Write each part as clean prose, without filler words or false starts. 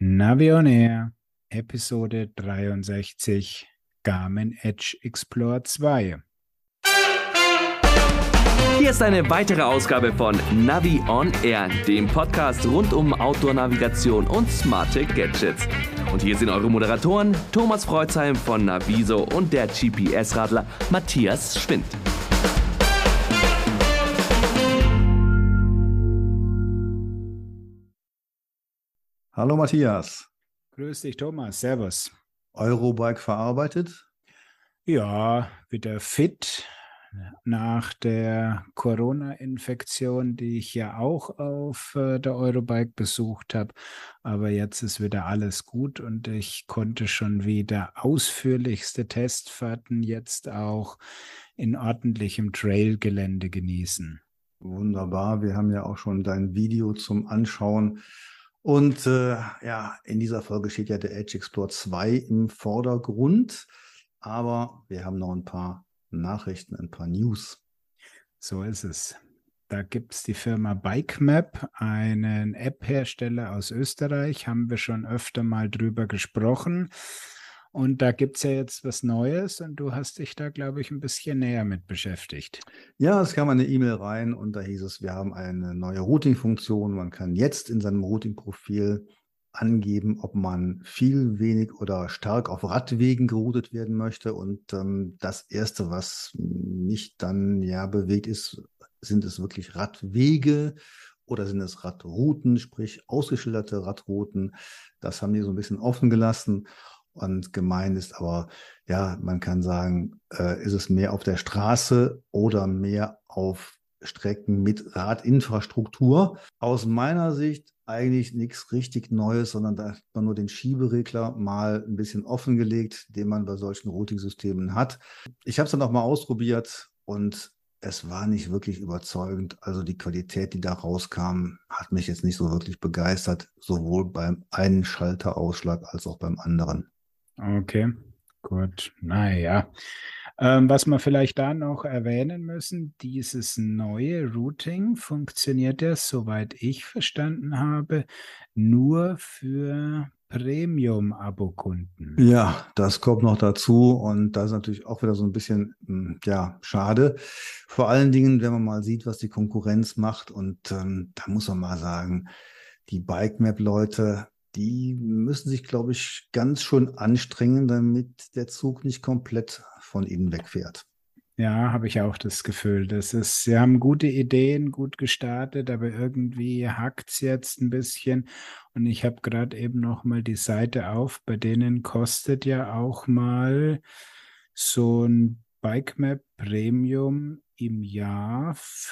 Navi on Air, Episode 63, Garmin Edge Explorer 2. Hier ist eine weitere Ausgabe von Navi on Air, dem Podcast rund um Outdoor-Navigation und smarte Gadgets. Und hier sind eure Moderatoren Thomas Freuzheim von Naviso und der GPS-Radler Matthias Schwind. Hallo Matthias. Grüß dich, Thomas. Servus. Eurobike verarbeitet? Ja, wieder fit nach der Corona-Infektion, die ich ja auch auf der Eurobike besucht habe. Aber jetzt ist wieder alles gut und ich konnte schon wieder ausführlichste Testfahrten jetzt auch in ordentlichem Trailgelände genießen. Wunderbar, wir haben ja auch schon dein Video zum Anschauen. Und in dieser Folge steht ja der Edge Explorer 2 im Vordergrund. Aber wir haben noch ein paar Nachrichten, ein paar News. So ist es. Da gibt es die Firma BikeMap, einen App-Hersteller aus Österreich, haben wir schon öfter mal drüber gesprochen. Und da gibt es ja jetzt was Neues und du hast dich da, glaube ich, ein bisschen näher mit beschäftigt. Ja, es kam eine E-Mail rein und da hieß es, wir haben eine neue Routing-Funktion. Man kann jetzt in seinem Routing-Profil angeben, ob man viel, wenig oder stark auf Radwegen geroutet werden möchte. Und das Erste, was mich dann bewegt ist, sind es wirklich Radwege oder sind es Radrouten, sprich ausgeschilderte Radrouten. Das haben die so ein bisschen offen gelassen. Und gemeint ist aber, man kann sagen, ist es mehr auf der Straße oder mehr auf Strecken mit Radinfrastruktur. Aus meiner Sicht eigentlich nichts richtig Neues, sondern da hat man nur den Schieberegler mal ein bisschen offengelegt, den man bei solchen Routing-Systemen hat. Ich habe es dann auch mal ausprobiert und es war nicht wirklich überzeugend. Also die Qualität, die da rauskam, hat mich jetzt nicht so wirklich begeistert, sowohl beim einen Schalterausschlag als auch beim anderen. Okay, gut. Naja. Was wir vielleicht da noch erwähnen müssen, dieses neue Routing funktioniert ja, soweit ich verstanden habe, nur für Premium-Abokunden. Ja, das kommt noch dazu und das ist natürlich auch wieder so ein bisschen, schade. Vor allen Dingen, wenn man mal sieht, was die Konkurrenz macht und da muss man mal sagen, die BikeMap-Leute, die müssen sich, glaube ich, ganz schön anstrengen, damit der Zug nicht komplett von ihnen wegfährt. Ja, habe ich auch das Gefühl. Sie haben gute Ideen, gut gestartet, aber irgendwie hackt es jetzt ein bisschen. Und ich habe gerade eben noch mal die Seite auf, bei denen kostet ja auch mal so ein BikeMap Premium im Jahr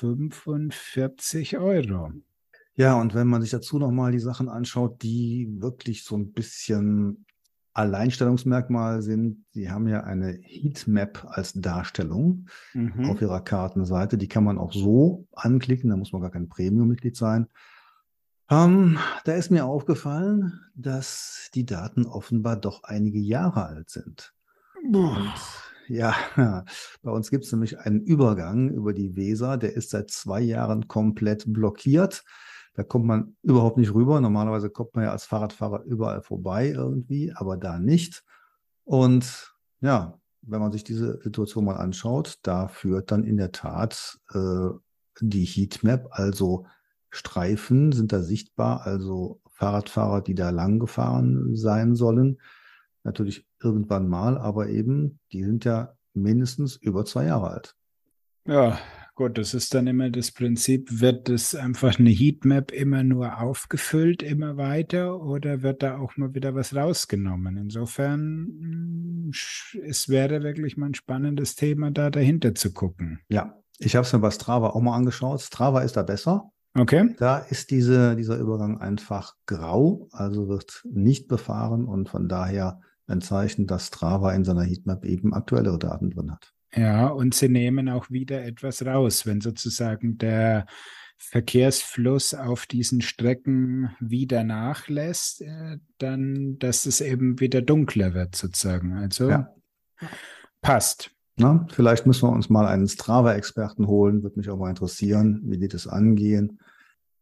45 Euro. Ja, und wenn man sich dazu nochmal die Sachen anschaut, die wirklich so ein bisschen Alleinstellungsmerkmal sind, die haben ja eine Heatmap als Darstellung auf ihrer Kartenseite. Die kann man auch so anklicken, da muss man gar kein Premium-Mitglied sein. Da ist mir aufgefallen, dass die Daten offenbar doch einige Jahre alt sind. Und ja, bei uns gibt es nämlich einen Übergang über die Weser, der ist seit 2 Jahren komplett blockiert. Da kommt man überhaupt nicht rüber. Normalerweise kommt man ja als Fahrradfahrer überall vorbei irgendwie, aber da nicht. Und ja, wenn man sich diese Situation mal anschaut, da führt dann in der Tat die Heatmap, also Streifen sind da sichtbar, also Fahrradfahrer, die da lang gefahren sein sollen. Natürlich irgendwann mal, aber eben, die sind ja mindestens über 2 Jahre alt. Ja, gut, das ist dann immer das Prinzip, wird es einfach eine Heatmap immer nur aufgefüllt, immer weiter, oder wird da auch mal wieder was rausgenommen? Insofern, es wäre wirklich mal ein spannendes Thema, da dahinter zu gucken. Ja, ich habe es mir bei Strava auch mal angeschaut. Strava ist da besser. Okay. Da ist dieser Übergang einfach grau, also wird nicht befahren und von daher ein Zeichen, dass Strava in seiner Heatmap eben aktuellere Daten drin hat. Ja, und sie nehmen auch wieder etwas raus, wenn sozusagen der Verkehrsfluss auf diesen Strecken wieder nachlässt, dann, dass es eben wieder dunkler wird sozusagen. Also Ja. passt. Na, vielleicht müssen wir uns mal einen Strava-Experten holen, würde mich auch mal interessieren, wie die das angehen.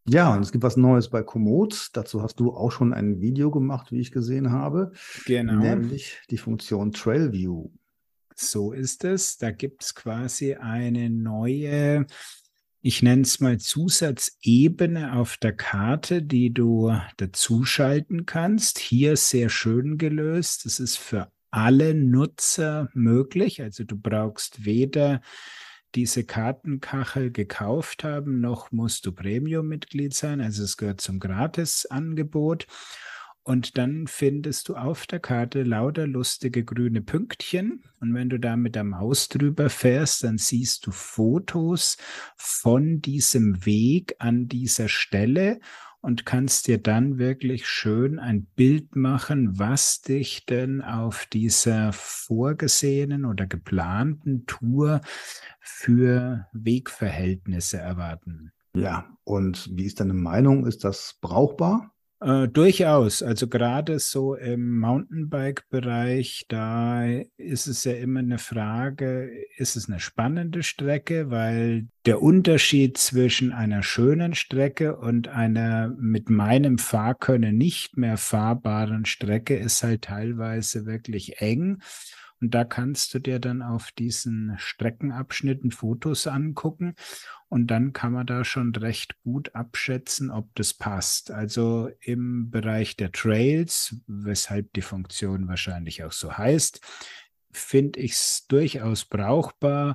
Ja, und es gibt was Neues bei Komoot. Dazu hast du auch schon ein Video gemacht, wie ich gesehen habe, Genau. nämlich die Funktion TrailView. So ist es. Da gibt es quasi eine neue, ich nenne es mal Zusatzebene auf der Karte, die du dazuschalten kannst. Hier sehr schön gelöst. Das ist für alle Nutzer möglich. Also du brauchst weder diese Kartenkachel gekauft haben, noch musst du Premium-Mitglied sein. Also es gehört zum Gratis-Angebot. Und dann findest du auf der Karte lauter lustige grüne Pünktchen. Und wenn du da mit der Maus drüber fährst, dann siehst du Fotos von diesem Weg an dieser Stelle und kannst dir dann wirklich schön ein Bild machen, was dich denn auf dieser vorgesehenen oder geplanten Tour für Wegverhältnisse erwarten. Ja, und wie ist deine Meinung? Ist das brauchbar? Durchaus. Also gerade so im Mountainbike-Bereich, da ist es ja immer eine Frage, ist es eine spannende Strecke, weil der Unterschied zwischen einer schönen Strecke und einer mit meinem Fahrkönnen nicht mehr fahrbaren Strecke ist halt teilweise wirklich eng. Und da kannst du dir dann auf diesen Streckenabschnitten Fotos angucken. Und dann kann man da schon recht gut abschätzen, ob das passt. Also im Bereich der Trails, weshalb die Funktion wahrscheinlich auch so heißt, finde ich es durchaus brauchbar.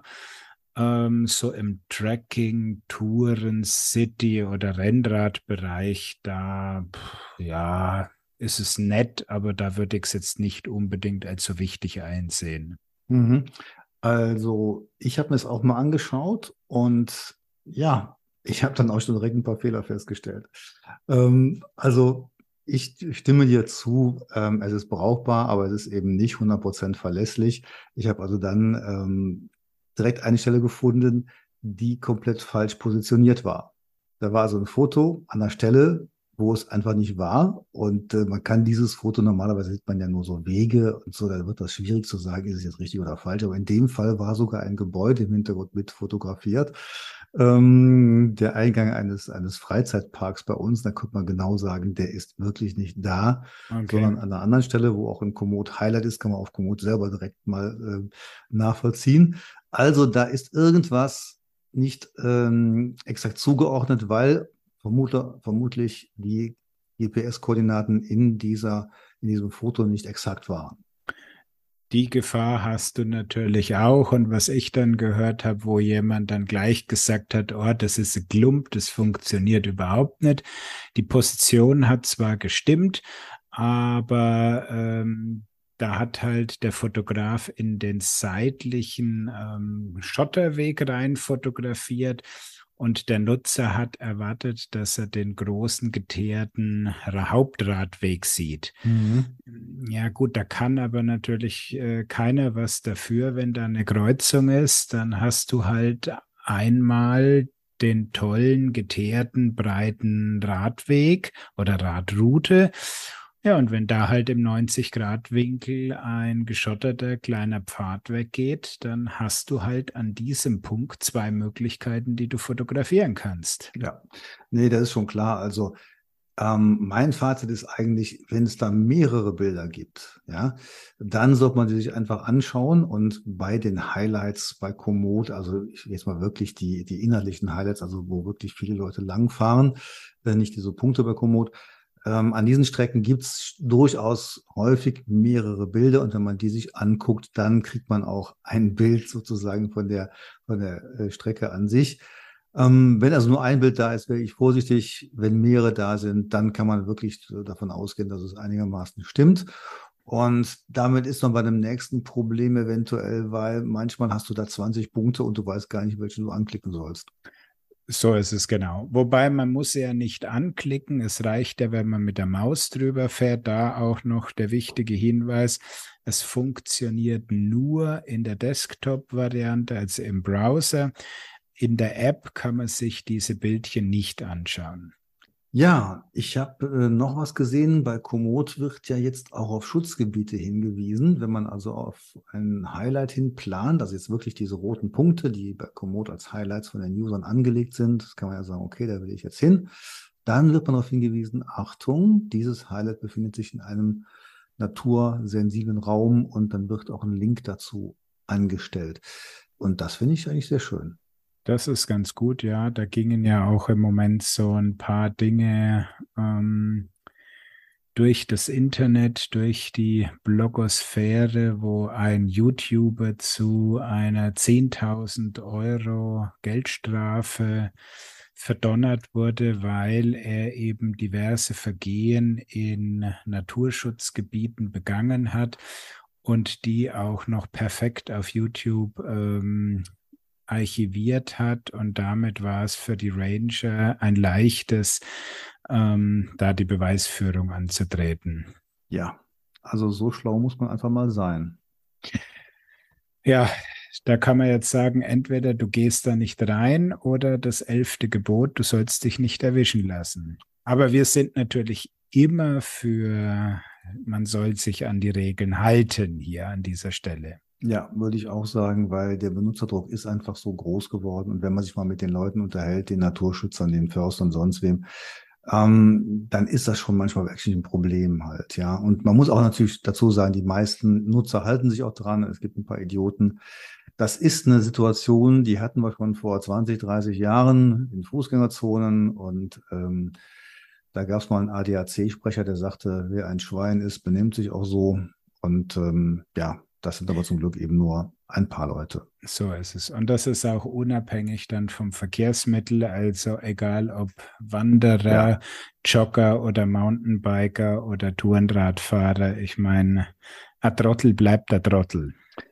So im Trekking, Touren, City- oder Rennradbereich, da, ja, ist es nett, aber da würde ich es jetzt nicht unbedingt als so wichtig einsehen. Mhm. Also, ich habe mir das auch mal angeschaut und ja, ich habe dann auch schon direkt ein paar Fehler festgestellt. Also, ich stimme dir zu, es ist brauchbar, aber es ist eben nicht 100% verlässlich. Ich habe also dann direkt eine Stelle gefunden, die komplett falsch positioniert war. Da war also ein Foto an der Stelle, wo es einfach nicht war. Und man kann dieses Foto, normalerweise sieht man ja nur so Wege und so, da wird das schwierig zu sagen, ist es jetzt richtig oder falsch. Aber in dem Fall war sogar ein Gebäude im Hintergrund mit fotografiert. Der Eingang eines Freizeitparks bei uns, da könnte man genau sagen, der ist wirklich nicht da, Okay. sondern an einer anderen Stelle, wo auch ein Komoot Highlight ist, kann man auf Komoot selber direkt mal nachvollziehen. Also da ist irgendwas nicht exakt zugeordnet, weil vermutlich die GPS-Koordinaten in diesem Foto nicht exakt waren. Die Gefahr hast du natürlich auch. Und was ich dann gehört habe, wo jemand dann gleich gesagt hat, oh, das ist ein Klump, das funktioniert überhaupt nicht. Die Position hat zwar gestimmt, aber da hat halt der Fotograf in den seitlichen Schotterweg rein fotografiert. Und der Nutzer hat erwartet, dass er den großen geteerten Hauptradweg sieht. Mhm. Ja gut, da kann aber natürlich keiner was dafür, wenn da eine Kreuzung ist, dann hast du halt einmal den tollen, geteerten, breiten Radweg oder Radroute. Ja, und wenn da halt im 90-Grad-Winkel ein geschotterter kleiner Pfad weggeht, dann hast du halt an diesem Punkt zwei Möglichkeiten, die du fotografieren kannst. Ja, nee, das ist schon klar. Also mein Fazit ist eigentlich, wenn es da mehrere Bilder gibt, ja, dann sollte man die sich einfach anschauen und bei den Highlights bei Komoot, also ich jetzt mal wirklich die inhaltlichen Highlights, also wo wirklich viele Leute langfahren, nicht diese Punkte bei Komoot. An diesen Strecken gibt es durchaus häufig mehrere Bilder und wenn man die sich anguckt, dann kriegt man auch ein Bild sozusagen von der Strecke an sich. Wenn also nur ein Bild da ist, wäre ich vorsichtig. Wenn mehrere da sind, dann kann man wirklich davon ausgehen, dass es einigermaßen stimmt. Und damit ist man bei dem nächsten Problem eventuell, weil manchmal hast du da 20 Punkte und du weißt gar nicht, welche du anklicken sollst. So ist es genau. Wobei man muss ja nicht anklicken. Es reicht ja, wenn man mit der Maus drüber fährt. Da auch noch der wichtige Hinweis. Es funktioniert nur in der Desktop-Variante, also im Browser. In der App kann man sich diese Bildchen nicht anschauen. Ja, ich habe noch was gesehen. Bei Komoot wird ja jetzt auch auf Schutzgebiete hingewiesen. Wenn man also auf ein Highlight hin plant, also jetzt wirklich diese roten Punkte, die bei Komoot als Highlights von den Usern angelegt sind, das kann man ja sagen, okay, da will ich jetzt hin. Dann wird man darauf hingewiesen, Achtung, dieses Highlight befindet sich in einem natursensiblen Raum und dann wird auch ein Link dazu angestellt. Und das finde ich eigentlich sehr schön. Das ist ganz gut, ja. Da gingen ja auch im Moment so ein paar Dinge durch das Internet, durch die Blogosphäre, wo ein YouTuber zu einer 10.000 Euro Geldstrafe verdonnert wurde, weil er eben diverse Vergehen in Naturschutzgebieten begangen hat und die auch noch perfekt auf YouTube archiviert hat. Und damit war es für die Ranger ein leichtes, da die Beweisführung anzutreten. Ja, also so schlau muss man einfach mal sein. Ja, da kann man jetzt sagen, entweder du gehst da nicht rein oder das 11. Gebot, du sollst dich nicht erwischen lassen. Aber wir sind natürlich immer für, man soll sich an die Regeln halten hier an dieser Stelle. Ja, würde ich auch sagen, weil der Benutzerdruck ist einfach so groß geworden. Und wenn man sich mal mit den Leuten unterhält, den Naturschützern, den Förstern und sonst wem, dann ist das schon manchmal wirklich ein Problem halt, ja. Und man muss auch natürlich dazu sagen, die meisten Nutzer halten sich auch dran. Es gibt ein paar Idioten. Das ist eine Situation, die hatten wir schon vor 20, 30 Jahren in Fußgängerzonen und da gab es mal einen ADAC-Sprecher, der sagte, wer ein Schwein ist, benimmt sich auch so. Und ja, das sind aber zum Glück eben nur ein paar Leute. So ist es. Und das ist auch unabhängig dann vom Verkehrsmittel, also egal ob Wanderer, Ja. Jogger oder Mountainbiker oder Tourenradfahrer. Ich meine, ein Trottel bleibt ein Trottel.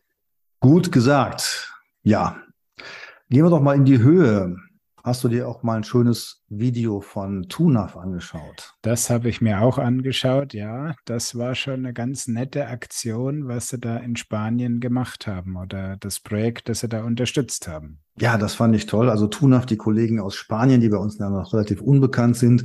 Gut gesagt. Ja. Gehen wir doch mal in die Höhe. Hast du dir auch mal ein schönes Video von TUNAV angeschaut? Das habe ich mir auch angeschaut, ja. Das war schon eine ganz nette Aktion, was sie da in Spanien gemacht haben oder das Projekt, das sie da unterstützt haben. Ja, das fand ich toll. Also TUNAV, die Kollegen aus Spanien, die bei uns ja noch relativ unbekannt sind.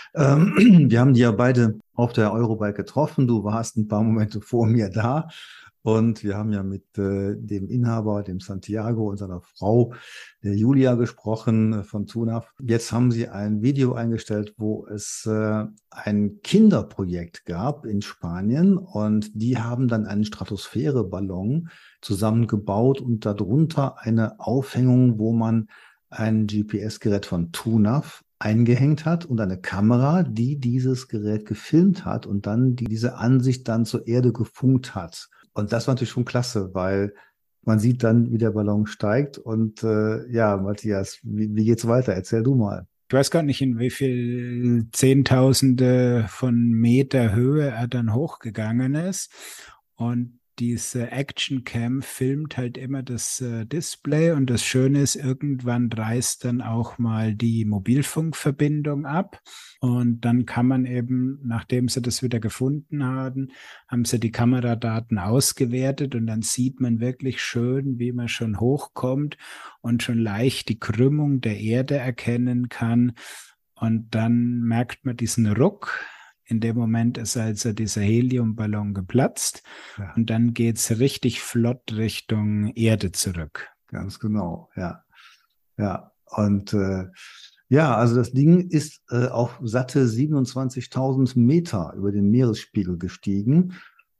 Wir haben die ja beide auf der Eurobike getroffen. Du warst ein paar Momente vor mir da. Und wir haben ja mit dem Inhaber, dem Santiago und seiner Frau, der Julia, gesprochen von TUNAV. Jetzt haben sie ein Video eingestellt, wo es ein Kinderprojekt gab in Spanien und die haben dann einen Stratosphäreballon zusammengebaut und darunter eine Aufhängung, wo man ein GPS-Gerät von TUNAV eingehängt hat und eine Kamera, die dieses Gerät gefilmt hat und dann diese Ansicht dann zur Erde gefunkt hat. Und das war natürlich schon klasse, weil man sieht dann, wie der Ballon steigt. Und ja, Matthias, wie geht's weiter? Erzähl du mal. Ich weiß gar nicht, in wie viel Zehntausende von Meter Höhe er dann hochgegangen ist. Und diese Action-Cam filmt halt immer das Display. Und das Schöne ist, irgendwann reißt dann auch mal die Mobilfunkverbindung ab. Und dann kann man eben, nachdem sie das wieder gefunden haben sie die Kameradaten ausgewertet. Und dann sieht man wirklich schön, wie man schon hochkommt und schon leicht die Krümmung der Erde erkennen kann. Und dann merkt man diesen Ruck. In dem Moment ist also dieser Heliumballon geplatzt. Ja. Und dann geht es richtig flott Richtung Erde zurück. Ganz genau, ja. Ja, und ja, also das Ding ist auf satte 27.000 Meter über den Meeresspiegel gestiegen.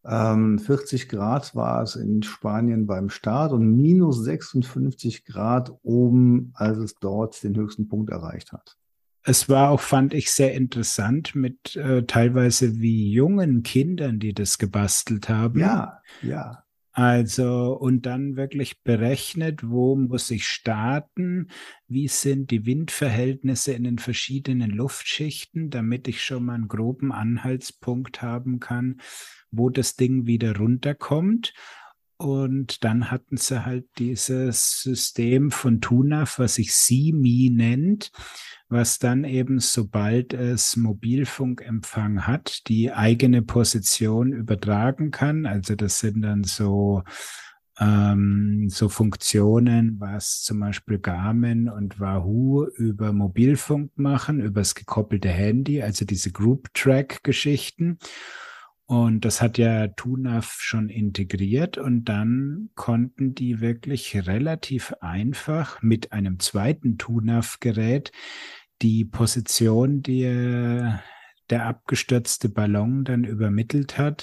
40 Grad war es in Spanien beim Start und minus 56 Grad oben, als es dort den höchsten Punkt erreicht hat. Es war auch, fand ich, sehr interessant mit teilweise wie jungen Kindern, die das gebastelt haben. Ja, ja. Also, und dann wirklich berechnet, wo muss ich starten, wie sind die Windverhältnisse in den verschiedenen Luftschichten, damit ich schon mal einen groben Anhaltspunkt haben kann, wo das Ding wieder runterkommt. Und dann hatten sie halt dieses System von TUNAV, was sich SeeMe nennt, was dann eben, sobald es Mobilfunkempfang hat, die eigene Position übertragen kann. Also das sind dann so so Funktionen, was zum Beispiel Garmin und Wahoo über Mobilfunk machen, über das gekoppelte Handy, also diese Group-Track-Geschichten. Und das hat ja TUNAV schon integriert und dann konnten die wirklich relativ einfach mit einem zweiten TUNAV-Gerät die Position, die der abgestürzte Ballon dann übermittelt hat,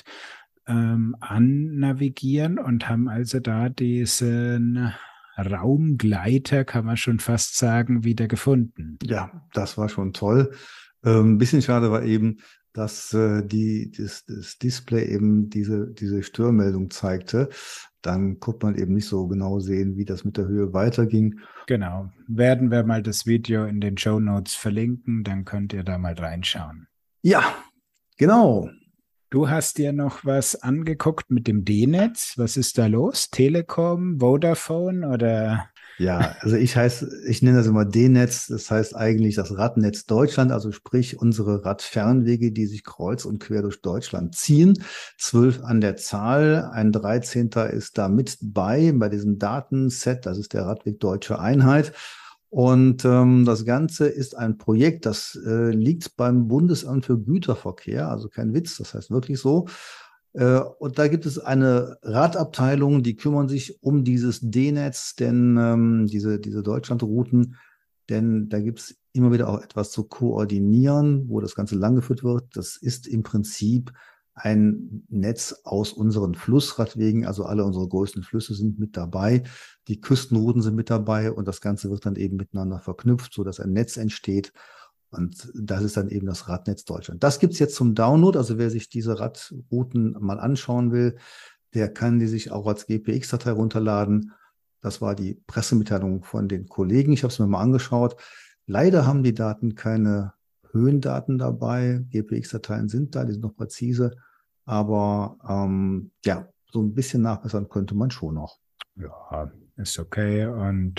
annavigieren und haben also da diesen Raumgleiter, kann man schon fast sagen, wieder gefunden. Ja, das war schon toll. Ein bisschen schade war eben, dass das Display eben diese Störmeldung zeigte. Dann konnte man eben nicht so genau sehen, wie das mit der Höhe weiterging. Genau. Werden wir mal das Video in den Shownotes verlinken, dann könnt ihr da mal reinschauen. Ja, genau. Du hast dir noch was angeguckt mit dem D-Netz. Was ist da los? Telekom, Vodafone oder? Ja, also ich nenne das immer D-Netz, das heißt eigentlich das Radnetz Deutschland, also sprich unsere Radfernwege, die sich kreuz und quer durch Deutschland ziehen. 12 an der Zahl, ein 13. ist da mit bei diesem Datenset, das ist der Radweg Deutsche Einheit. Und das Ganze ist ein Projekt, das liegt beim Bundesamt für Güterverkehr, also kein Witz, das heißt wirklich so. Und da gibt es eine Radabteilung, die kümmern sich um dieses D-Netz, denn diese Deutschlandrouten, denn da gibt es immer wieder auch etwas zu koordinieren, wo das Ganze langgeführt wird. Das ist im Prinzip ein Netz aus unseren Flussradwegen, also alle unsere größten Flüsse sind mit dabei, die Küstenrouten sind mit dabei und das Ganze wird dann eben miteinander verknüpft, sodass ein Netz entsteht. Und das ist dann eben das Radnetz Deutschland. Das gibt es jetzt zum Download. Also wer sich diese Radrouten mal anschauen will, der kann die sich auch als GPX-Datei runterladen. Das war die Pressemitteilung von den Kollegen. Ich habe es mir mal angeschaut. Leider haben die Daten keine Höhendaten dabei. GPX-Dateien sind da, die sind noch präzise. Aber ja, so ein bisschen nachbessern könnte man schon noch. Ja, ist okay. Und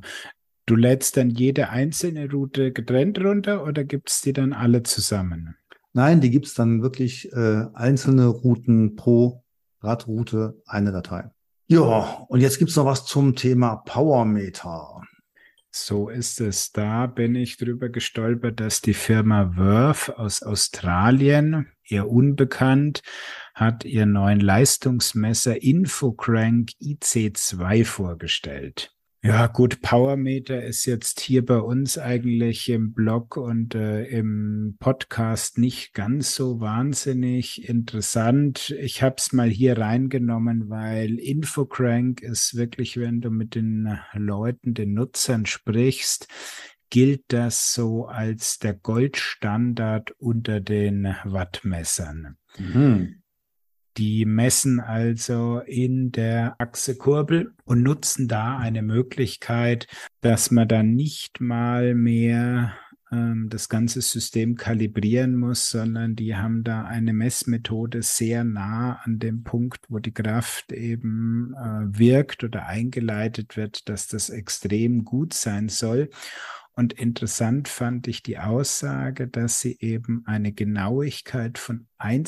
du lädst dann jede einzelne Route getrennt runter oder gibt es die dann alle zusammen? Nein, die gibt es dann wirklich einzelne Routen pro Radroute, eine Datei. Ja, und jetzt gibt es noch was zum Thema Powermeter. So ist es. Da bin ich drüber gestolpert, dass die Firma Verve aus Australien, eher unbekannt, hat ihr neuen Leistungsmesser Infocrank IC2 vorgestellt. Ja, gut, Powermeter ist jetzt hier bei uns eigentlich im Blog und im Podcast nicht ganz so wahnsinnig interessant. Ich habe es mal hier reingenommen, weil Infocrank ist wirklich, wenn du mit den Leuten, den Nutzern sprichst, gilt das so als der Goldstandard unter den Wattmessern. Mhm. Die messen also in der Achsekurbel und nutzen da eine Möglichkeit, dass man dann nicht mal mehr das ganze System kalibrieren muss, sondern die haben da eine Messmethode sehr nah an dem Punkt, wo die Kraft eben wirkt oder eingeleitet wird, dass das extrem gut sein soll. Und interessant fand ich die Aussage, dass sie eben eine Genauigkeit von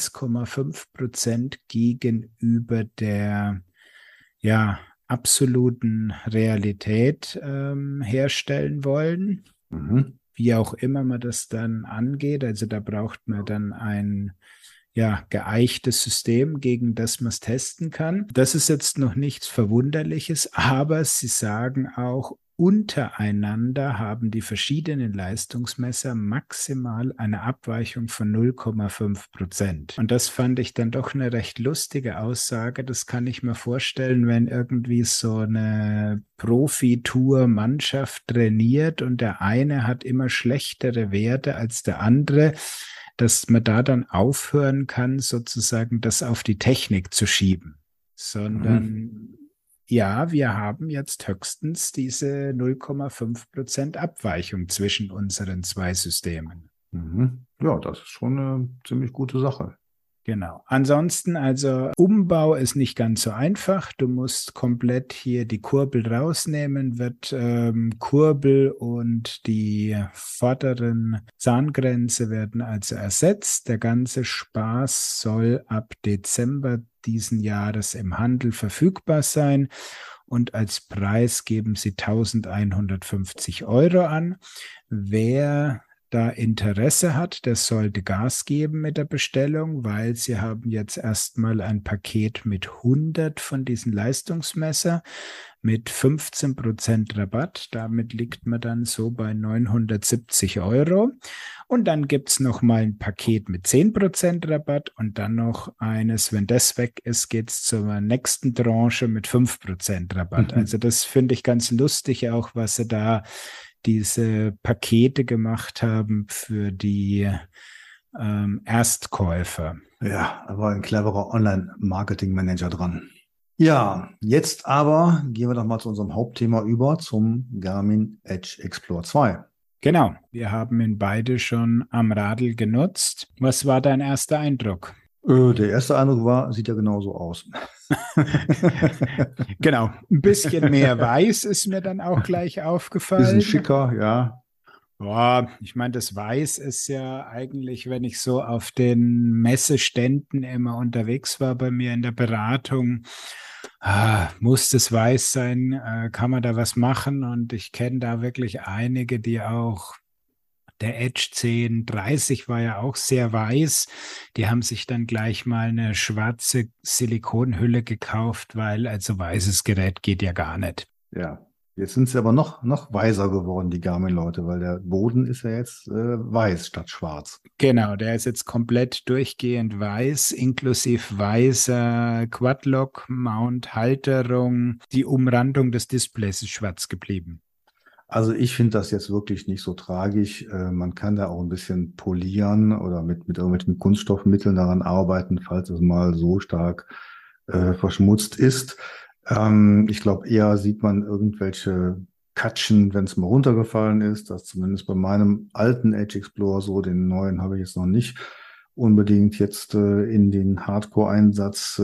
1,5% gegenüber der absoluten Realität herstellen wollen. Mhm. Wie auch immer man das dann angeht. Also da braucht man dann ein geeichtes System, gegen das man es testen kann. Das ist jetzt noch nichts Verwunderliches, aber sie sagen auch, untereinander haben die verschiedenen Leistungsmesser maximal eine Abweichung von 0,5%. Und das fand ich dann doch eine recht lustige Aussage. Das kann ich mir vorstellen, wenn irgendwie so eine Profitour-Mannschaft trainiert und der eine hat immer schlechtere Werte als der andere, dass man da dann aufhören kann, sozusagen das auf die Technik zu schieben, sondern ja, wir haben jetzt höchstens diese 0,5% Abweichung zwischen unseren zwei Systemen. Mhm. Ja, das ist schon eine ziemlich gute Sache. Genau. Ansonsten, also Umbau ist nicht ganz so einfach. Du musst komplett hier die Kurbel rausnehmen, wird Kurbel und die vorderen Zahngrenze werden also ersetzt. Der ganze Spaß soll ab Dezember diesen Jahres im Handel verfügbar sein. Und als Preis geben sie 1.150 € an. Wer da Interesse hat, der sollte Gas geben mit der Bestellung, weil sie haben jetzt erstmal ein Paket mit 100 von diesen Leistungsmesser mit 15% Rabatt. Damit liegt man dann so bei 970 €. Und dann gibt es nochmal ein Paket mit 10% Rabatt und dann noch eines, wenn das weg ist, geht es zur nächsten Tranche mit 5% Rabatt. Also das finde ich ganz lustig auch, was sie da diese Pakete gemacht haben für die Erstkäufer. Ja, da war ein cleverer Online-Marketing-Manager dran. Ja, jetzt aber gehen wir doch mal zu unserem Hauptthema über, zum Garmin Edge Explorer 2. Genau, wir haben ihn beide schon am Radl genutzt. Was war dein erster Eindruck? Der erste Eindruck war, sieht ja genauso aus. Genau, ein bisschen mehr weiß ist mir dann auch gleich aufgefallen. Bisschen schicker, ja. Boah, ich meine, das Weiß ist ja eigentlich, wenn ich so auf den Messeständen immer unterwegs war bei mir in der Beratung, muss das Weiß sein, kann man da was machen? Und ich kenne da wirklich einige, die auch, der Edge 1030 war ja auch sehr weiß. Die haben sich dann gleich mal eine schwarze Silikonhülle gekauft, weil also weißes Gerät geht ja gar nicht. Ja, jetzt sind sie aber noch weißer geworden, die Garmin-Leute, weil der Boden ist ja jetzt weiß statt schwarz. Genau, der ist jetzt komplett durchgehend weiß, inklusive weißer Quadlock-Mount-Halterung. Die Umrandung des Displays ist schwarz geblieben. Also ich finde das jetzt wirklich nicht so tragisch. Man kann da auch ein bisschen polieren oder mit irgendwelchen Kunststoffmitteln daran arbeiten, falls es mal so stark verschmutzt ist. Ich glaube, eher sieht man irgendwelche Katschen, wenn es mal runtergefallen ist. Das zumindest bei meinem alten Edge Explorer so. Den neuen habe ich jetzt noch nicht unbedingt jetzt in den Hardcore-Einsatz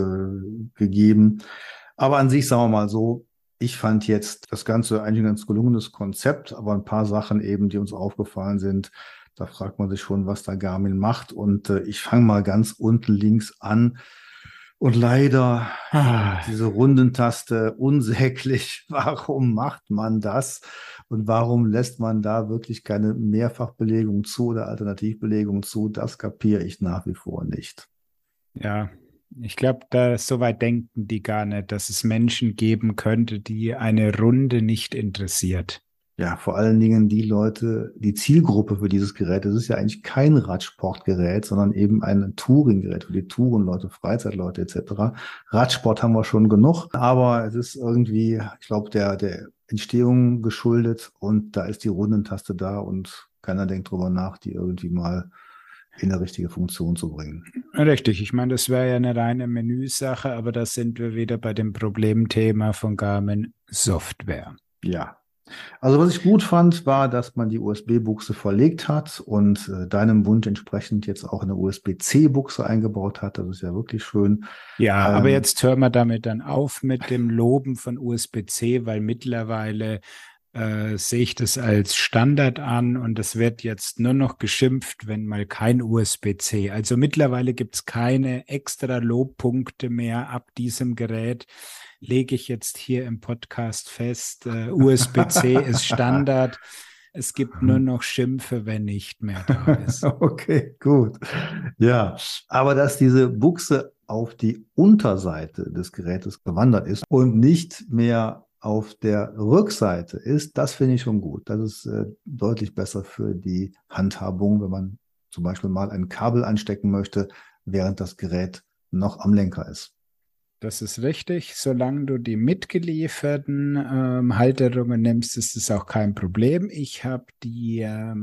gegeben. Aber an sich, sagen wir mal so, ich fand jetzt das Ganze eigentlich ein ganz gelungenes Konzept, aber ein paar Sachen eben, die uns aufgefallen sind, da fragt man sich schon, was da Garmin macht. Und ich fange mal ganz unten links an. Und leider diese Rundentaste unsäglich. Warum macht man das? Und warum lässt man da wirklich keine Mehrfachbelegung zu oder Alternativbelegung zu? Das kapiere ich nach wie vor nicht. Ja, ich glaube, so weit denken die gar nicht, dass es Menschen geben könnte, die eine Runde nicht interessiert. Ja, vor allen Dingen die Leute, die Zielgruppe für dieses Gerät, das ist ja eigentlich kein Radsportgerät, sondern eben ein Touringgerät für die Tourenleute, Freizeitleute etc. Radsport haben wir schon genug, aber es ist irgendwie, ich glaube, der Entstehung geschuldet und da ist die Rundentaste da und keiner denkt drüber nach, die irgendwie mal in eine richtige Funktion zu bringen. Richtig, ich meine, das wäre ja eine reine Menüsache, aber da sind wir wieder bei dem Problemthema von Garmin Software. Ja. Also was ich gut fand, war, dass man die USB-Buchse verlegt hat und deinem Wunsch entsprechend jetzt auch eine USB-C-Buchse eingebaut hat. Das ist ja wirklich schön. Ja, aber jetzt hören wir damit dann auf mit dem Loben von USB-C, weil mittlerweile sehe ich das als Standard an und es wird jetzt nur noch geschimpft, wenn mal kein USB-C. Also mittlerweile gibt es keine extra Lobpunkte mehr ab diesem Gerät. Lege ich jetzt hier im Podcast fest. USB-C ist Standard. Es gibt nur noch Schimpfe, wenn nicht mehr da ist. Okay, gut. Ja, aber dass diese Buchse auf die Unterseite des Gerätes gewandert ist und nicht mehr auf der Rückseite ist, das finde ich schon gut. Das ist deutlich besser für die Handhabung, wenn man zum Beispiel mal ein Kabel anstecken möchte, während das Gerät noch am Lenker ist. Das ist richtig. Solange du die mitgelieferten Halterungen nimmst, ist es auch kein Problem. Ich habe die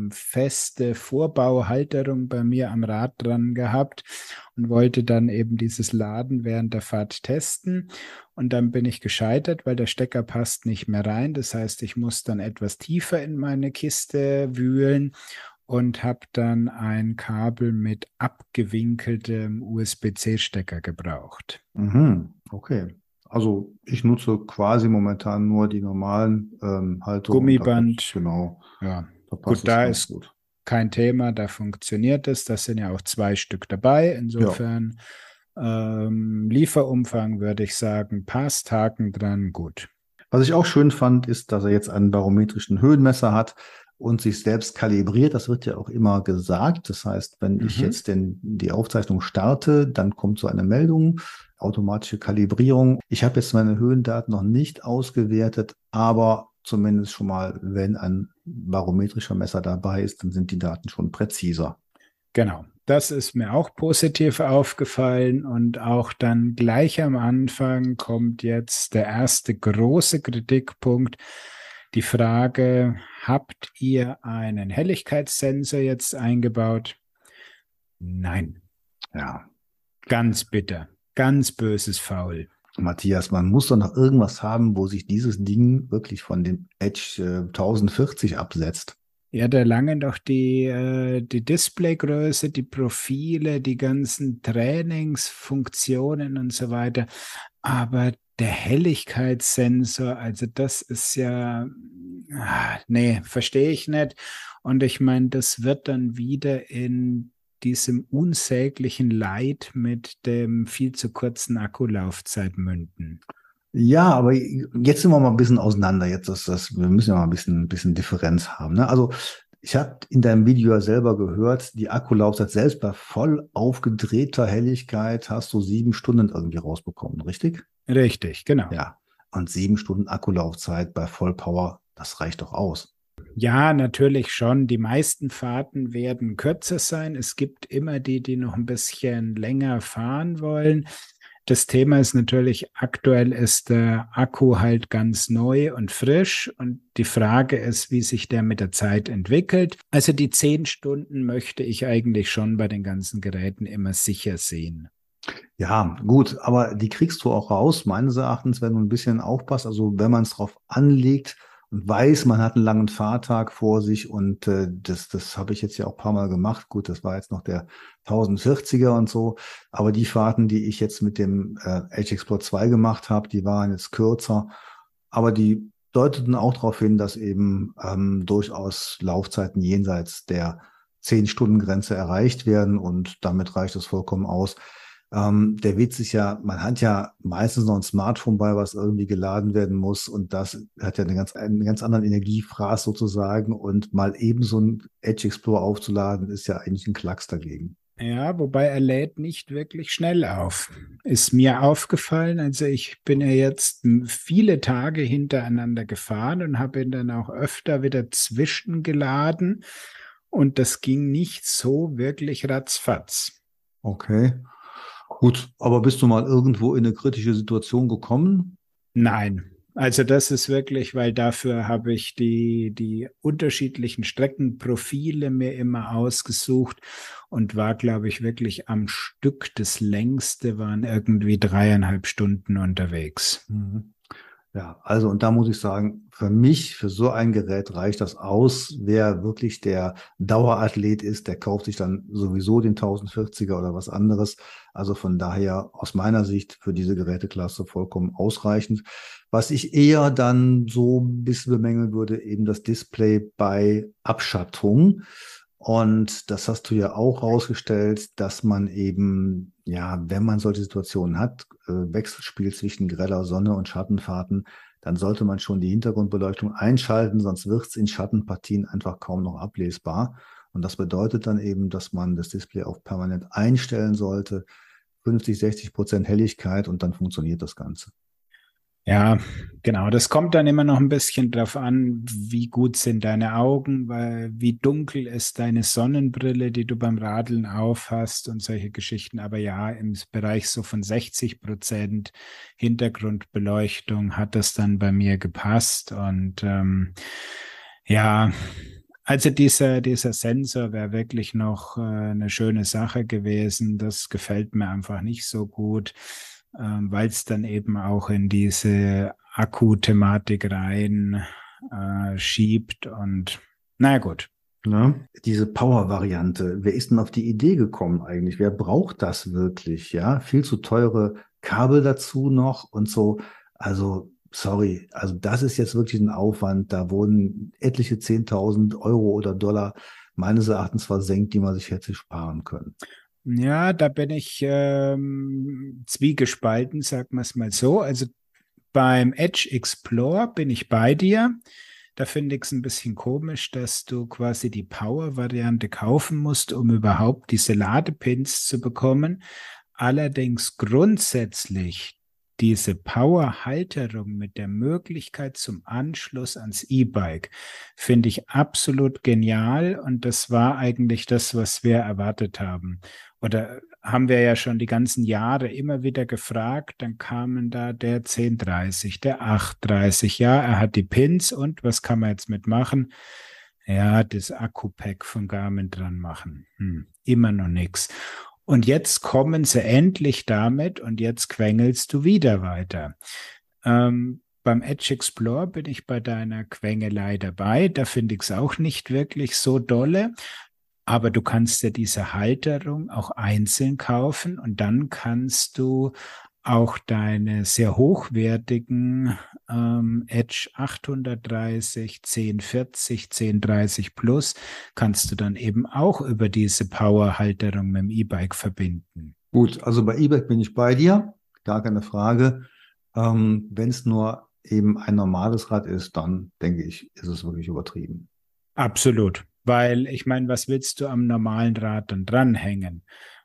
feste Vorbauhalterung bei mir am Rad dran gehabt und wollte dann eben dieses Laden während der Fahrt testen. Und dann bin ich gescheitert, weil der Stecker passt nicht mehr rein. Das heißt, ich muss dann etwas tiefer in meine Kiste wühlen. und habe dann ein Kabel mit abgewinkeltem USB-C-Stecker gebraucht. Okay. Also ich nutze quasi momentan nur die normalen Halterungen. Gummiband, Genau, ja, da passt gut, es da ganz ist gut. kein Thema, da funktioniert es. Das sind ja auch 2 Stück dabei. Ja. Insofern Lieferumfang würde ich sagen, passt, Haken dran, gut. Was ich auch schön fand, ist, dass er jetzt einen barometrischen Höhenmesser hat und sich selbst kalibriert. Das wird ja auch immer gesagt. Das heißt, wenn ich Mhm. jetzt die Aufzeichnung starte, dann kommt so eine Meldung, automatische Kalibrierung. Ich habe jetzt meine Höhendaten noch nicht ausgewertet, aber zumindest schon mal, wenn ein barometrischer Messer dabei ist, dann sind die Daten schon präziser. Genau, das ist mir auch positiv aufgefallen und auch dann gleich am Anfang kommt jetzt der erste große Kritikpunkt. Die Frage, habt ihr einen Helligkeitssensor jetzt eingebaut? Nein, Ja, ganz bitter, ganz böses Faul. Matthias, man muss doch noch irgendwas haben, wo sich dieses Ding wirklich von dem Edge 1040 absetzt. Ja, da langen doch die Displaygröße, die Profile, die ganzen Trainingsfunktionen und so weiter. Aber der Helligkeitssensor, also das ist ja, nee, verstehe ich nicht. Und ich meine, das wird dann wieder in diesem unsäglichen Leid mit dem viel zu kurzen Akkulaufzeit münden. Ja, aber jetzt sind wir mal ein bisschen auseinander. Wir müssen ja mal ein bisschen Differenz haben. Ne? Also ich habe in deinem Video ja selber gehört, die Akkulaufzeit selbst bei voll aufgedrehter Helligkeit hast du 7 Stunden irgendwie rausbekommen, richtig? Richtig, genau. Ja. Und 7 Stunden Akkulaufzeit bei Vollpower, das reicht doch aus. Ja, natürlich schon. Die meisten Fahrten werden kürzer sein. Es gibt immer die, die noch ein bisschen länger fahren wollen. Das Thema ist natürlich, aktuell ist der Akku halt ganz neu und frisch und die Frage ist, wie sich der mit der Zeit entwickelt. Also die 10 Stunden möchte ich eigentlich schon bei den ganzen Geräten immer sicher sehen. Ja, gut, aber die kriegst du auch raus, meines Erachtens, wenn du ein bisschen aufpasst. Also wenn man es drauf anlegt und weiß, man hat einen langen Fahrtag vor sich und das habe ich jetzt ja auch ein paar Mal gemacht. Gut, das war jetzt noch der 1040er und so, aber die Fahrten, die ich jetzt mit dem Edge Explorer 2 gemacht habe, die waren jetzt kürzer, aber die deuteten auch darauf hin, dass eben durchaus Laufzeiten jenseits der 10-Stunden-Grenze erreicht werden und damit reicht es vollkommen aus. Der Witz ist ja, man hat ja meistens noch ein Smartphone bei, was irgendwie geladen werden muss und das hat ja einen ganz anderen Energiefraß sozusagen und mal eben so ein Edge Explorer aufzuladen, ist ja eigentlich ein Klacks dagegen. Ja, wobei er lädt nicht wirklich schnell auf. Ist mir aufgefallen. Also ich bin ja jetzt viele Tage hintereinander gefahren und habe ihn dann auch öfter wieder zwischengeladen und das ging nicht so wirklich ratzfatz. Okay. Gut, aber bist du mal irgendwo in eine kritische Situation gekommen? Nein, also das ist wirklich, weil dafür habe ich die unterschiedlichen Streckenprofile mir immer ausgesucht und war, glaube ich, wirklich am Stück. Das längste waren irgendwie 3,5 Stunden unterwegs. Mhm. Ja, also und da muss ich sagen, für mich, für so ein Gerät reicht das aus. Wer wirklich der Dauerathlet ist, der kauft sich dann sowieso den 1040er oder was anderes. Also von daher aus meiner Sicht für diese Geräteklasse vollkommen ausreichend. Was ich eher dann so ein bisschen bemängeln würde, eben das Display bei Abschattung. Und das hast du ja auch rausgestellt, dass man eben, ja, wenn man solche Situationen hat, Wechselspiel zwischen greller Sonne und Schattenfahrten, dann sollte man schon die Hintergrundbeleuchtung einschalten, sonst wird es in Schattenpartien einfach kaum noch ablesbar. Und das bedeutet dann eben, dass man das Display auf permanent einstellen sollte, 50-60% Helligkeit und dann funktioniert das Ganze. Ja, genau. Das kommt dann immer noch ein bisschen drauf an, wie gut sind deine Augen, weil wie dunkel ist deine Sonnenbrille, die du beim Radeln aufhast und solche Geschichten. Aber ja, im Bereich so von 60% Hintergrundbeleuchtung hat das dann bei mir gepasst. Und ja, also dieser Sensor wäre wirklich noch eine schöne Sache gewesen. Das gefällt mir einfach nicht so gut, weil es dann eben auch in diese Akku-Thematik rein schiebt. Und naja gut. Ja, diese Power-Variante, wer ist denn auf die Idee gekommen eigentlich? Wer braucht das wirklich? Ja, viel zu teure Kabel dazu noch und so. Also, sorry, also das ist jetzt wirklich ein Aufwand. Da wurden etliche 10.000 Euro oder Dollar meines Erachtens versenkt, die man sich hätte sparen können. Ja, da bin ich zwiegespalten, sagen wir es mal so. Also beim Edge Explorer bin ich bei dir. Da finde ich es ein bisschen komisch, dass du quasi die Power-Variante kaufen musst, um überhaupt diese Ladepins zu bekommen. Allerdings grundsätzlich diese Power-Halterung mit der Möglichkeit zum Anschluss ans E-Bike finde ich absolut genial und das war eigentlich das, was wir erwartet haben. Oder haben wir ja schon die ganzen Jahre immer wieder gefragt, dann kamen da der 1030, der 830, ja, er hat die Pins und was kann man jetzt mitmachen? Ja, das Akku-Pack von Garmin dran machen. Immer noch nichts. Und jetzt kommen sie endlich damit und jetzt quengelst du wieder weiter. Beim Edge Explorer bin ich bei deiner Quengelei dabei. Da finde ich es auch nicht wirklich so dolle. Aber du kannst ja diese Halterung auch einzeln kaufen und dann kannst du auch deine sehr hochwertigen Edge 830, 1040, 1030 Plus kannst du dann eben auch über diese Power-Halterung mit dem E-Bike verbinden. Gut, also bei E-Bike bin ich bei dir, gar keine Frage. Wenn es nur eben ein normales Rad ist, dann denke ich, ist es wirklich übertrieben. Absolut, weil ich meine, was willst du am normalen Rad dann dranhängen?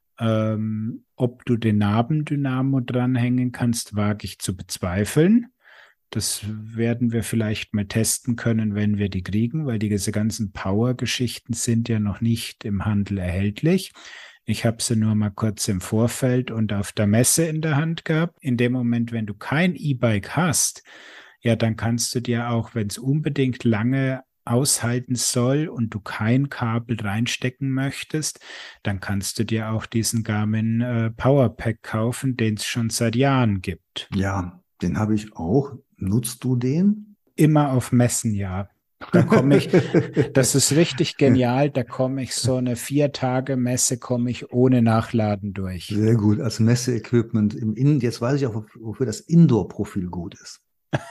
Ob du den Nabendynamo dranhängen kannst, wage ich zu bezweifeln. Das werden wir vielleicht mal testen können, wenn wir die kriegen, weil diese ganzen Power-Geschichten sind ja noch nicht im Handel erhältlich. Ich habe sie nur mal kurz im Vorfeld und auf der Messe in der Hand gehabt. In dem Moment, wenn du kein E-Bike hast, ja, dann kannst du dir auch, wenn es unbedingt lange aushalten soll und du kein Kabel reinstecken möchtest, dann kannst du dir auch diesen Garmin Powerpack kaufen, den es schon seit Jahren gibt. Ja, den habe ich auch. Nutzt du den? Immer auf Messen, ja. Da komme ich, das ist richtig genial, da komme ich so eine 4-Tage-Messe, komme ich ohne Nachladen durch. Sehr gut, als Messeequipment im Innen. Jetzt weiß ich auch, wofür das Indoor-Profil gut ist.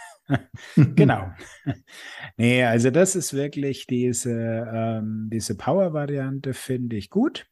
Genau. Nee, also das ist wirklich diese Power-Variante finde ich gut.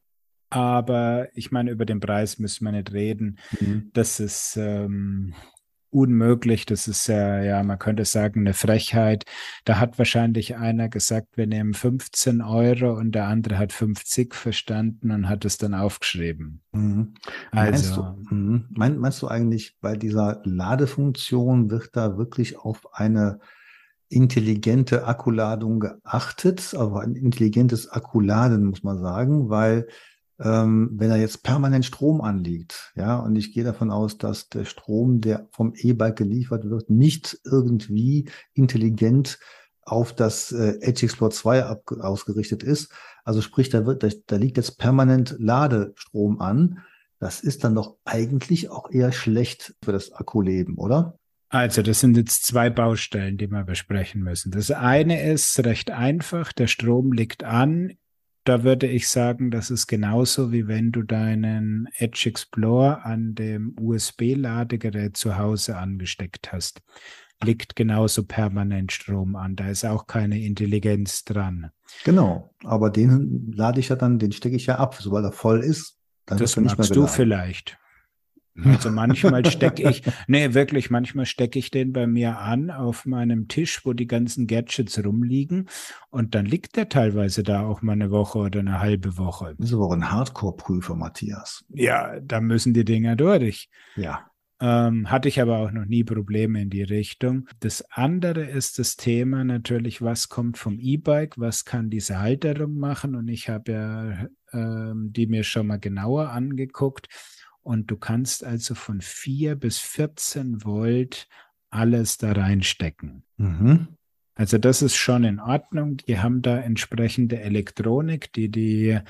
Aber ich meine, über den Preis müssen wir nicht reden. Das ist unmöglich. Das ist ja, man könnte sagen, eine Frechheit. Da hat wahrscheinlich einer gesagt, wir nehmen 15 Euro und der andere hat 50 verstanden und hat es dann aufgeschrieben. Also, meinst du eigentlich, bei dieser Ladefunktion wird da wirklich auf eine intelligente Akkuladung geachtet, aber ein intelligentes Akkuladen, muss man sagen, weil wenn da jetzt permanent Strom anliegt, ja, und ich gehe davon aus, dass der Strom, der vom E-Bike geliefert wird, nicht irgendwie intelligent auf das Edge Explorer 2 ausgerichtet ist. Also sprich, da liegt jetzt permanent Ladestrom an. Das ist dann doch eigentlich auch eher schlecht für das Akkuleben, oder? Also, das sind jetzt 2 Baustellen, die wir besprechen müssen. Das eine ist recht einfach, der Strom liegt an. Da würde ich sagen, das ist genauso, wie wenn du deinen Edge Explorer an dem USB-Ladegerät zu Hause angesteckt hast. Liegt genauso permanent Strom an. Da ist auch keine Intelligenz dran. Genau, aber den lade ich ja dann, den stecke ich ja ab. Sobald er voll ist, dann das wird er nicht mehr magst du vielleicht. Also manchmal manchmal stecke ich den bei mir an auf meinem Tisch, wo die ganzen Gadgets rumliegen und dann liegt der teilweise da auch mal eine Woche oder eine halbe Woche. Das ist aber auch ein Hardcore-Prüfer, Matthias. Ja, da müssen die Dinger durch. Ja. Hatte ich aber auch noch nie Probleme in die Richtung. Das andere ist das Thema natürlich, was kommt vom E-Bike, was kann diese Halterung machen und ich habe ja die mir schon mal genauer angeguckt. Und du kannst also von 4 bis 14 Volt alles da reinstecken. Also das ist schon in Ordnung. Die haben da entsprechende Elektronik, die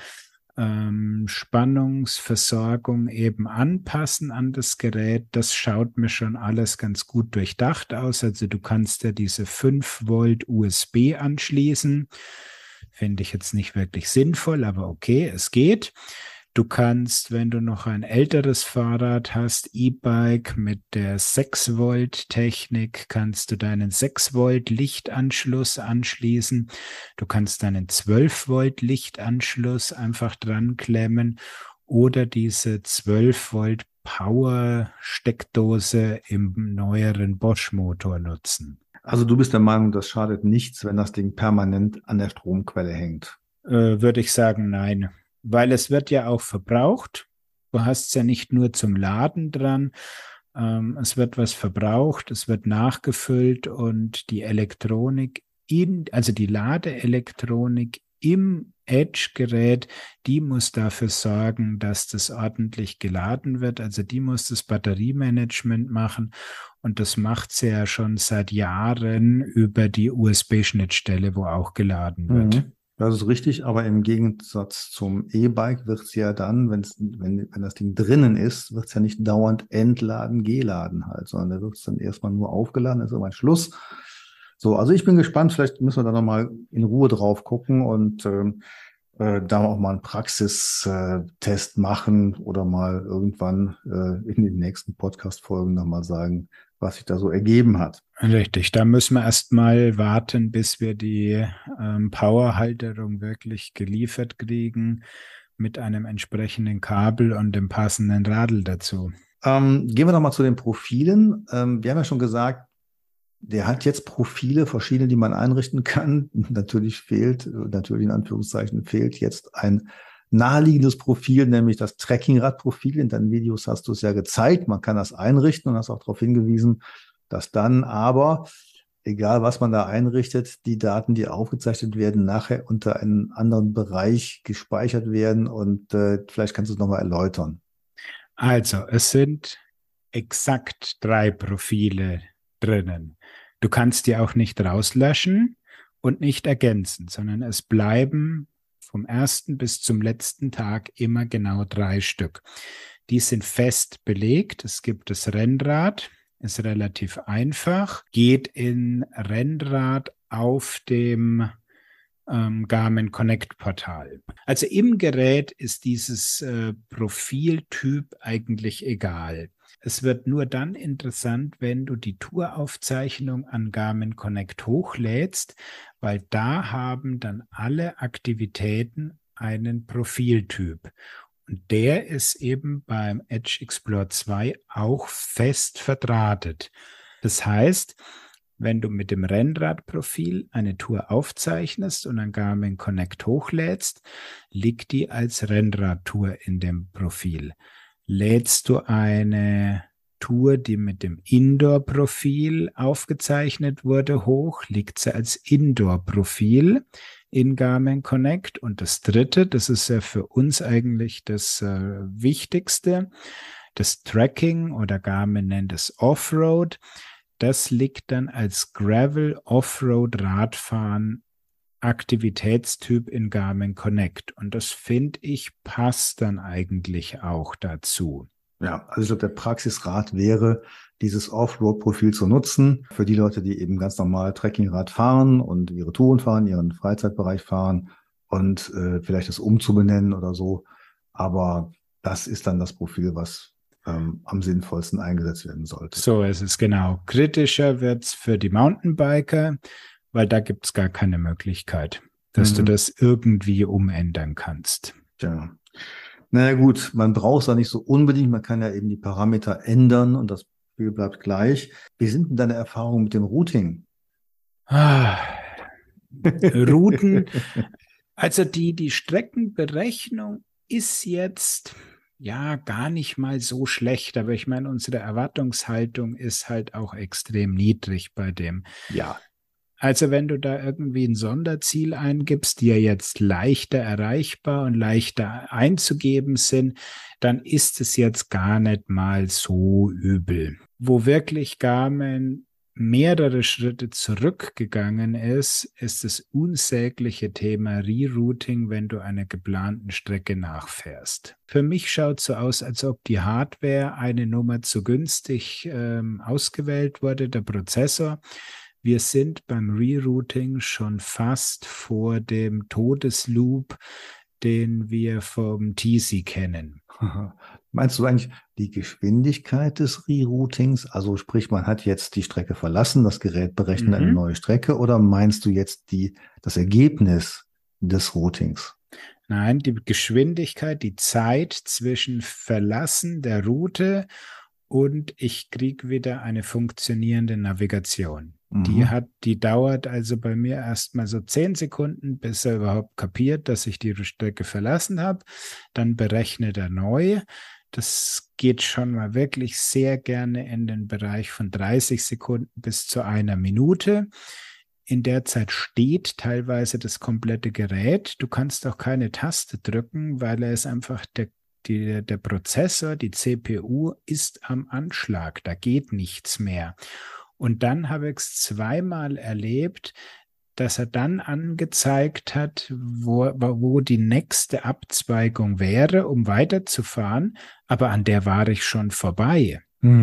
Spannungsversorgung eben anpassen an das Gerät. Das schaut mir schon alles ganz gut durchdacht aus. Also du kannst ja diese 5 Volt USB anschließen. Finde ich jetzt nicht wirklich sinnvoll, aber okay, es geht. Du kannst, wenn du noch ein älteres Fahrrad hast, E-Bike mit der 6-Volt-Technik, kannst du deinen 6-Volt-Lichtanschluss anschließen. Du kannst deinen 12-Volt-Lichtanschluss einfach dran klemmen oder diese 12-Volt-Power-Steckdose im neueren Bosch-Motor nutzen. Also du bist der Meinung, das schadet nichts, wenn das Ding permanent an der Stromquelle hängt? Würde ich sagen, nein. Weil es wird ja auch verbraucht. Du hast es ja nicht nur zum Laden dran. Es wird was verbraucht, es wird nachgefüllt und die Elektronik also die Ladeelektronik im Edge-Gerät, die muss dafür sorgen, dass das ordentlich geladen wird. Also die muss das Batteriemanagement machen und das macht sie ja schon seit Jahren über die USB-Schnittstelle, wo auch geladen wird. Mhm. Das ist richtig, aber im Gegensatz zum E-Bike wird es ja dann, wenn das Ding drinnen ist, wird es ja nicht dauernd entladen, geladen halt, sondern da wird es dann erstmal nur aufgeladen, ist irgendwann Schluss. So, also ich bin gespannt, vielleicht müssen wir da nochmal in Ruhe drauf gucken und da auch mal einen Praxistest machen oder mal irgendwann in den nächsten Podcast-Folgen nochmal sagen, was sich da so ergeben hat. Richtig, da müssen wir erst mal warten, bis wir die Powerhalterung wirklich geliefert kriegen mit einem entsprechenden Kabel und dem passenden Radl dazu. Gehen wir nochmal zu den Profilen. Wir haben ja schon gesagt, der hat jetzt Profile, verschiedene, die man einrichten kann. Natürlich in Anführungszeichen fehlt jetzt ein naheliegendes Profil, nämlich das Trekkingrad-Profil. In deinen Videos hast du es ja gezeigt. Man kann das einrichten und hast auch darauf hingewiesen, dass dann aber, egal was man da einrichtet, die Daten, die aufgezeichnet werden, nachher unter einen anderen Bereich gespeichert werden. Und vielleicht kannst du es nochmal erläutern. Also, es sind exakt 3 Profile drinnen. Du kannst die auch nicht rauslöschen und nicht ergänzen, sondern es bleiben vom ersten bis zum letzten Tag immer genau 3 Stück. Die sind fest belegt. Es gibt das Rennrad, ist relativ einfach, geht in Rennrad auf dem Garmin Connect Portal. Also im Gerät ist dieses Profiltyp eigentlich egal. Es wird nur dann interessant, wenn du die Touraufzeichnung an Garmin Connect hochlädst, weil da haben dann alle Aktivitäten einen Profiltyp. Und der ist eben beim Edge Explorer 2 auch fest verdrahtet. Das heißt, wenn du mit dem Rennradprofil eine Tour aufzeichnest und an Garmin Connect hochlädst, liegt die als Rennradtour in dem Profil. Lädst du eine Tour, die mit dem Indoor-Profil aufgezeichnet wurde, hoch, liegt sie als Indoor-Profil in Garmin Connect. Und das dritte, das ist ja für uns eigentlich das Wichtigste, das Tracking oder Garmin nennt es Offroad. Das liegt dann als Gravel Offroad Radfahren Aktivitätstyp in Garmin Connect. Und das finde ich passt dann eigentlich auch dazu. Ja, also ich glaube, der Praxisrat wäre, dieses Offroad-Profil zu nutzen für die Leute, die eben ganz normal Trekkingrad fahren und ihre Touren fahren, ihren Freizeitbereich fahren und vielleicht das umzubenennen oder so. Aber das ist dann das Profil, was am sinnvollsten eingesetzt werden sollte. So ist es, genau. Kritischer wird es für die Mountainbiker, weil da gibt es gar keine Möglichkeit, dass du das irgendwie umändern kannst. Tja. Naja gut, man braucht es da nicht so unbedingt, man kann ja eben die Parameter ändern und das Profil bleibt gleich. Wie sind denn deine Erfahrungen mit dem Routing? Routen, also die Streckenberechnung ist jetzt ja gar nicht mal so schlecht, aber ich meine, unsere Erwartungshaltung ist halt auch extrem niedrig bei dem. Ja. Also wenn du da irgendwie ein Sonderziel eingibst, die ja jetzt leichter erreichbar und leichter einzugeben sind, dann ist es jetzt gar nicht mal so übel. Wo wirklich Garmin mehrere Schritte zurückgegangen ist das unsägliche Thema Rerouting, wenn du einer geplanten Strecke nachfährst. Für mich schaut es so aus, als ob die Hardware eine Nummer zu günstig ausgewählt wurde, der Prozessor. wir sind beim Rerouting schon fast vor dem Todesloop, den wir vom TC kennen. Meinst du eigentlich die Geschwindigkeit des Reroutings? Also sprich, man hat jetzt die Strecke verlassen, das Gerät berechnet eine neue Strecke, oder meinst du jetzt das Ergebnis des Routings? Nein, die Geschwindigkeit, die Zeit zwischen Verlassen der Route und ich kriege wieder eine funktionierende Navigation. Die dauert also bei mir erstmal so 10 Sekunden, bis er überhaupt kapiert, dass ich die Strecke verlassen habe. Dann berechnet er neu. Das geht schon mal wirklich sehr gerne in den Bereich von 30 Sekunden bis zu 1 Minute. In der Zeit steht teilweise das komplette Gerät. Du kannst auch keine Taste drücken, weil er ist einfach der Prozessor, die CPU ist am Anschlag. Da geht nichts mehr. Und dann habe ich es zweimal erlebt, dass er dann angezeigt hat, wo die nächste Abzweigung wäre, um weiterzufahren. Aber an der war ich schon vorbei.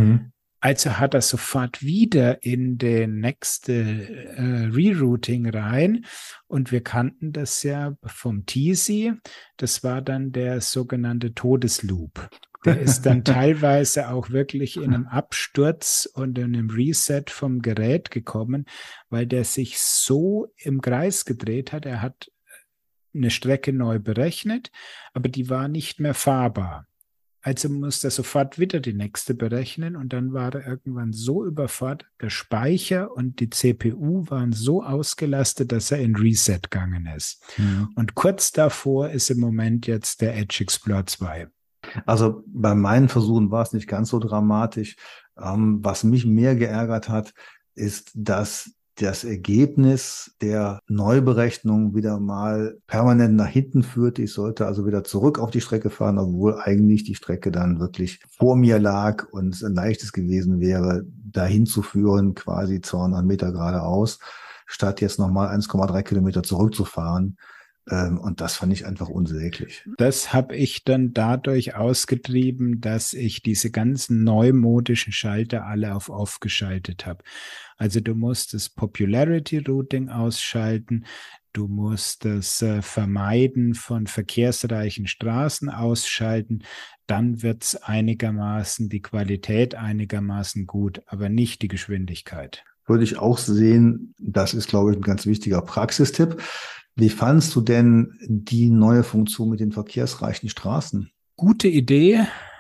Also hat er sofort wieder in den nächste Rerouting rein. Und wir kannten das ja vom TC. Das war dann der sogenannte Todesloop. Der ist dann teilweise auch wirklich in einem Absturz und in einem Reset vom Gerät gekommen, weil der sich so im Kreis gedreht hat. Er hat eine Strecke neu berechnet, aber die war nicht mehr fahrbar. Also musste er sofort wieder die nächste berechnen und dann war er irgendwann so überfordert, der Speicher und die CPU waren so ausgelastet, dass er in Reset gegangen ist. Und kurz davor ist im Moment jetzt der Edge Explorer 2. Also bei meinen Versuchen war es nicht ganz so dramatisch. Was mich mehr geärgert hat, ist, dass das Ergebnis der Neuberechnung wieder mal permanent nach hinten führte. Ich sollte also wieder zurück auf die Strecke fahren, obwohl eigentlich die Strecke dann wirklich vor mir lag und es ein leichtes gewesen wäre, dahin zu führen, quasi 200 Meter geradeaus, statt jetzt nochmal 1,3 Kilometer zurückzufahren. Und das fand ich einfach unsäglich. Das habe ich dann dadurch ausgetrieben, dass ich diese ganzen neumodischen Schalter alle auf Off geschaltet habe. Also du musst das Popularity Routing ausschalten, du musst das Vermeiden von verkehrsreichen Straßen ausschalten, dann wird es die Qualität einigermaßen gut, aber nicht die Geschwindigkeit. Würde ich auch sehen, das ist, glaube ich, ein ganz wichtiger Praxistipp. Wie fandst du denn die neue Funktion mit den verkehrsreichen Straßen? Gute Idee,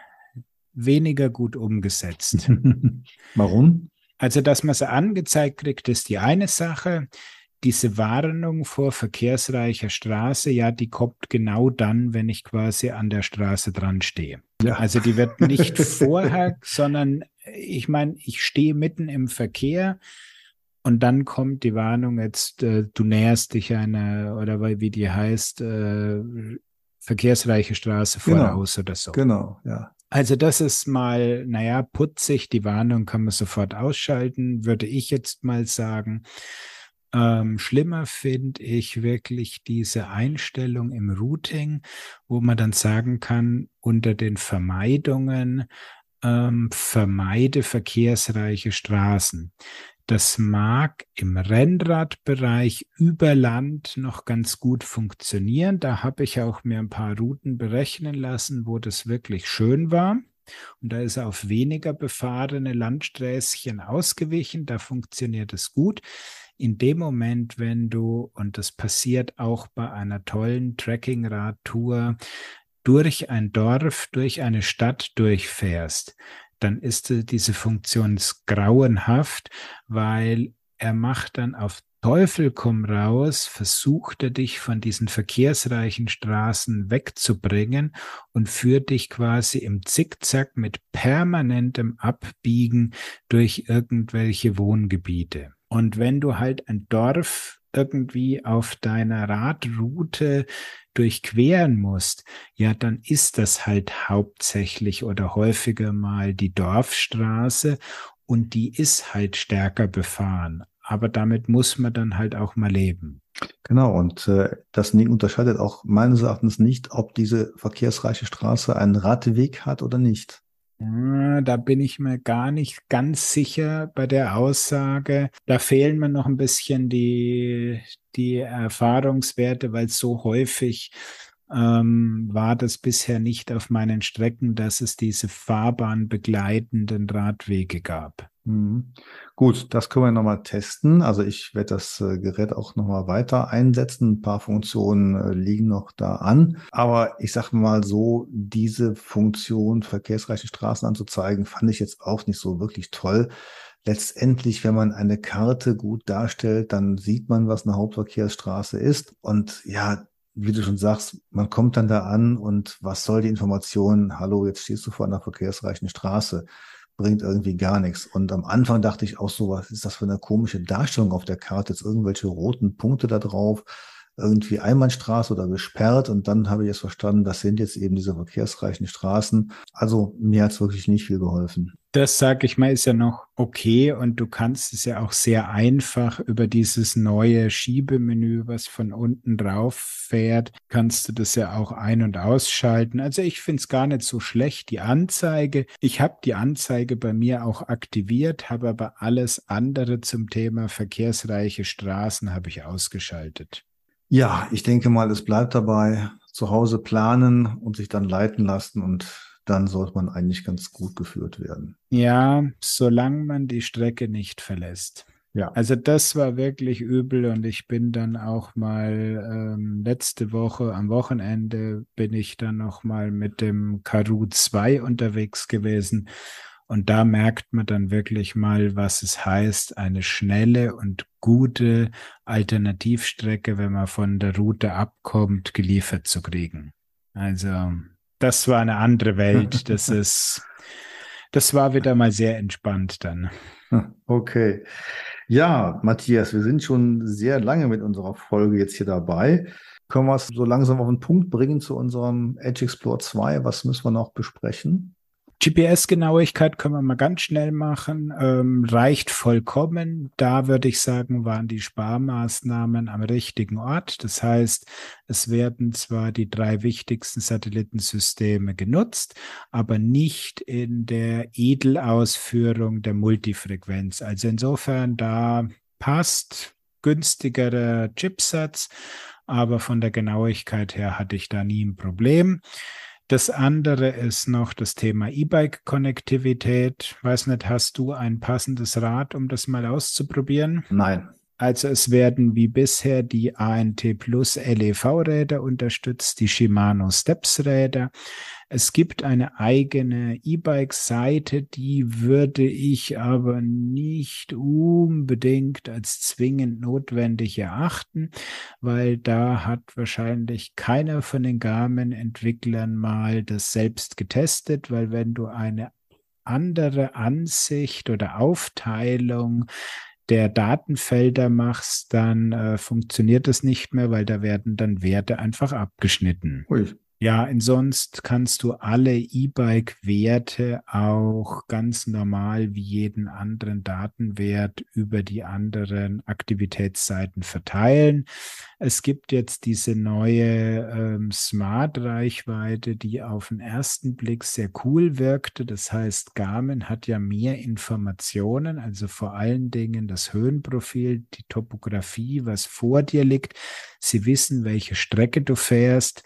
weniger gut umgesetzt. Warum? Also, dass man sie angezeigt kriegt, ist die eine Sache. Diese Warnung vor verkehrsreicher Straße, ja, die kommt genau dann, wenn ich quasi an der Straße dran stehe. Ja. Also die wird nicht vorher, sondern ich meine, ich stehe mitten im Verkehr und dann kommt die Warnung, jetzt du näherst dich einer, oder wie die heißt, verkehrsreiche Straße voraus oder so. Genau, ja. Also das ist mal, putzig, die Warnung kann man sofort ausschalten, würde ich jetzt mal sagen. Schlimmer finde ich wirklich diese Einstellung im Routing, wo man dann sagen kann, unter den Vermeidungen, vermeide verkehrsreiche Straßen. Das mag im Rennradbereich über Land noch ganz gut funktionieren. Da habe ich auch mir ein paar Routen berechnen lassen, wo das wirklich schön war. Und da ist er auf weniger befahrene Landsträßchen ausgewichen. Da funktioniert es gut. In dem Moment, wenn du, und das passiert auch bei einer tollen Trekking-Radtour, durch ein Dorf, durch eine Stadt durchfährst, dann ist diese Funktion grauenhaft, weil er macht dann auf Teufel komm raus, versucht er dich von diesen verkehrsreichen Straßen wegzubringen und führt dich quasi im Zickzack mit permanentem Abbiegen durch irgendwelche Wohngebiete. Und wenn du halt ein Dorf irgendwie auf deiner Radroute durchqueren musst, ja, dann ist das halt hauptsächlich oder häufiger mal die Dorfstraße und die ist halt stärker befahren. Aber damit muss man dann halt auch mal leben. Genau, und das Ding unterscheidet auch meines Erachtens nicht, ob diese verkehrsreiche Straße einen Radweg hat oder nicht. Da bin ich mir gar nicht ganz sicher bei der Aussage. Da fehlen mir noch ein bisschen die Erfahrungswerte, weil so häufig war das bisher nicht auf meinen Strecken, dass es diese fahrbahnbegleitenden Radwege gab. Mhm. Gut, das können wir nochmal testen. Also ich werde das Gerät auch nochmal weiter einsetzen. Ein paar Funktionen liegen noch da an. Aber ich sage mal so, diese Funktion, verkehrsreiche Straßen anzuzeigen, fand ich jetzt auch nicht so wirklich toll. Letztendlich, wenn man eine Karte gut darstellt, dann sieht man, was eine Hauptverkehrsstraße ist. Und ja, wie du schon sagst, man kommt dann da an und was soll die Information? Hallo, jetzt stehst du vor einer verkehrsreichen Straße. Bringt irgendwie gar nichts. Und am Anfang dachte ich auch so, was ist das für eine komische Darstellung auf der Karte? Jetzt irgendwelche roten Punkte da drauf, irgendwie Einbahnstraße oder gesperrt. Und dann habe ich jetzt verstanden, das sind jetzt eben diese verkehrsreichen Straßen. Also mir hat es wirklich nicht viel geholfen. Das, sage ich mal, ist ja noch okay und du kannst es ja auch sehr einfach über dieses neue Schiebemenü, was von unten drauf fährt, kannst du das ja auch ein- und ausschalten. Also ich finde es gar nicht so schlecht, die Anzeige. Ich habe die Anzeige bei mir auch aktiviert, habe aber alles andere zum Thema verkehrsreiche Straßen habe ich ausgeschaltet. Ja, ich denke mal, es bleibt dabei, zu Hause planen und sich dann leiten lassen und dann sollte man eigentlich ganz gut geführt werden. Ja, solange man die Strecke nicht verlässt. Ja. Also das war wirklich übel und ich bin dann auch mal letzte Woche am Wochenende bin ich dann noch mal mit dem Karoo 2 unterwegs gewesen und da merkt man dann wirklich mal, was es heißt, eine schnelle und gute Alternativstrecke, wenn man von der Route abkommt, geliefert zu kriegen. Also das war eine andere Welt. Das war wieder mal sehr entspannt dann. Okay. Ja, Matthias, wir sind schon sehr lange mit unserer Folge jetzt hier dabei. Können wir es so langsam auf den Punkt bringen zu unserem Edge Explorer 2? Was müssen wir noch besprechen? GPS-Genauigkeit können wir mal ganz schnell machen, reicht vollkommen. Da würde ich sagen, waren die Sparmaßnahmen am richtigen Ort. Das heißt, es werden zwar die 3 wichtigsten Satellitensysteme genutzt, aber nicht in der Edelausführung der Multifrequenz. Also insofern, da passt günstigerer Chipsatz, aber von der Genauigkeit her hatte ich da nie ein Problem. Das andere ist noch das Thema E-Bike-Konnektivität. Weiß nicht, hast du ein passendes Rad, um das mal auszuprobieren? Nein. Also es werden wie bisher die ANT Plus LEV-Räder unterstützt, die Shimano Steps-Räder. Es gibt eine eigene E-Bike-Seite, die würde ich aber nicht unbedingt als zwingend notwendig erachten, weil da hat wahrscheinlich keiner von den Garmin-Entwicklern mal das selbst getestet, weil wenn du eine andere Ansicht oder Aufteilung der Datenfelder machst, dann funktioniert das nicht mehr, weil da werden dann Werte einfach abgeschnitten. Ui. Ja, sonst kannst du alle E-Bike-Werte auch ganz normal wie jeden anderen Datenwert über die anderen Aktivitätsseiten verteilen. Es gibt jetzt diese neue Smart-Reichweite, die auf den ersten Blick sehr cool wirkte. Das heißt, Garmin hat ja mehr Informationen, also vor allen Dingen das Höhenprofil, die Topografie, was vor dir liegt. Sie wissen, welche Strecke du fährst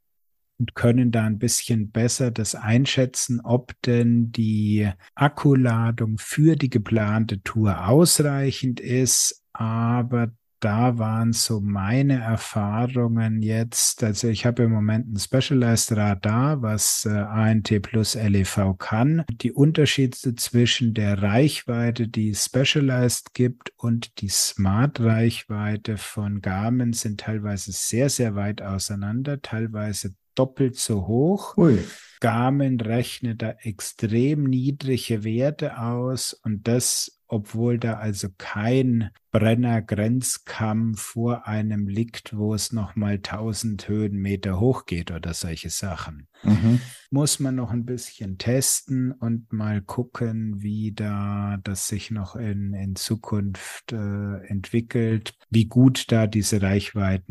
und können da ein bisschen besser das einschätzen, ob denn die Akkuladung für die geplante Tour ausreichend ist. Aber da waren so meine Erfahrungen jetzt. Also ich habe im Moment ein Specialized Radar, was ANT plus LEV kann. Die Unterschiede zwischen der Reichweite, die Specialized gibt, und die Smart-Reichweite von Garmin sind teilweise sehr, sehr weit auseinander, teilweise doppelt so hoch. Ui. Garmin rechnet da extrem niedrige Werte aus und das, obwohl da also kein Brenner-Grenzkamm vor einem liegt, wo es nochmal 1000 Höhenmeter hoch geht oder solche Sachen. Mhm. Muss man noch ein bisschen testen und mal gucken, wie da das sich noch in Zukunft entwickelt, wie gut da diese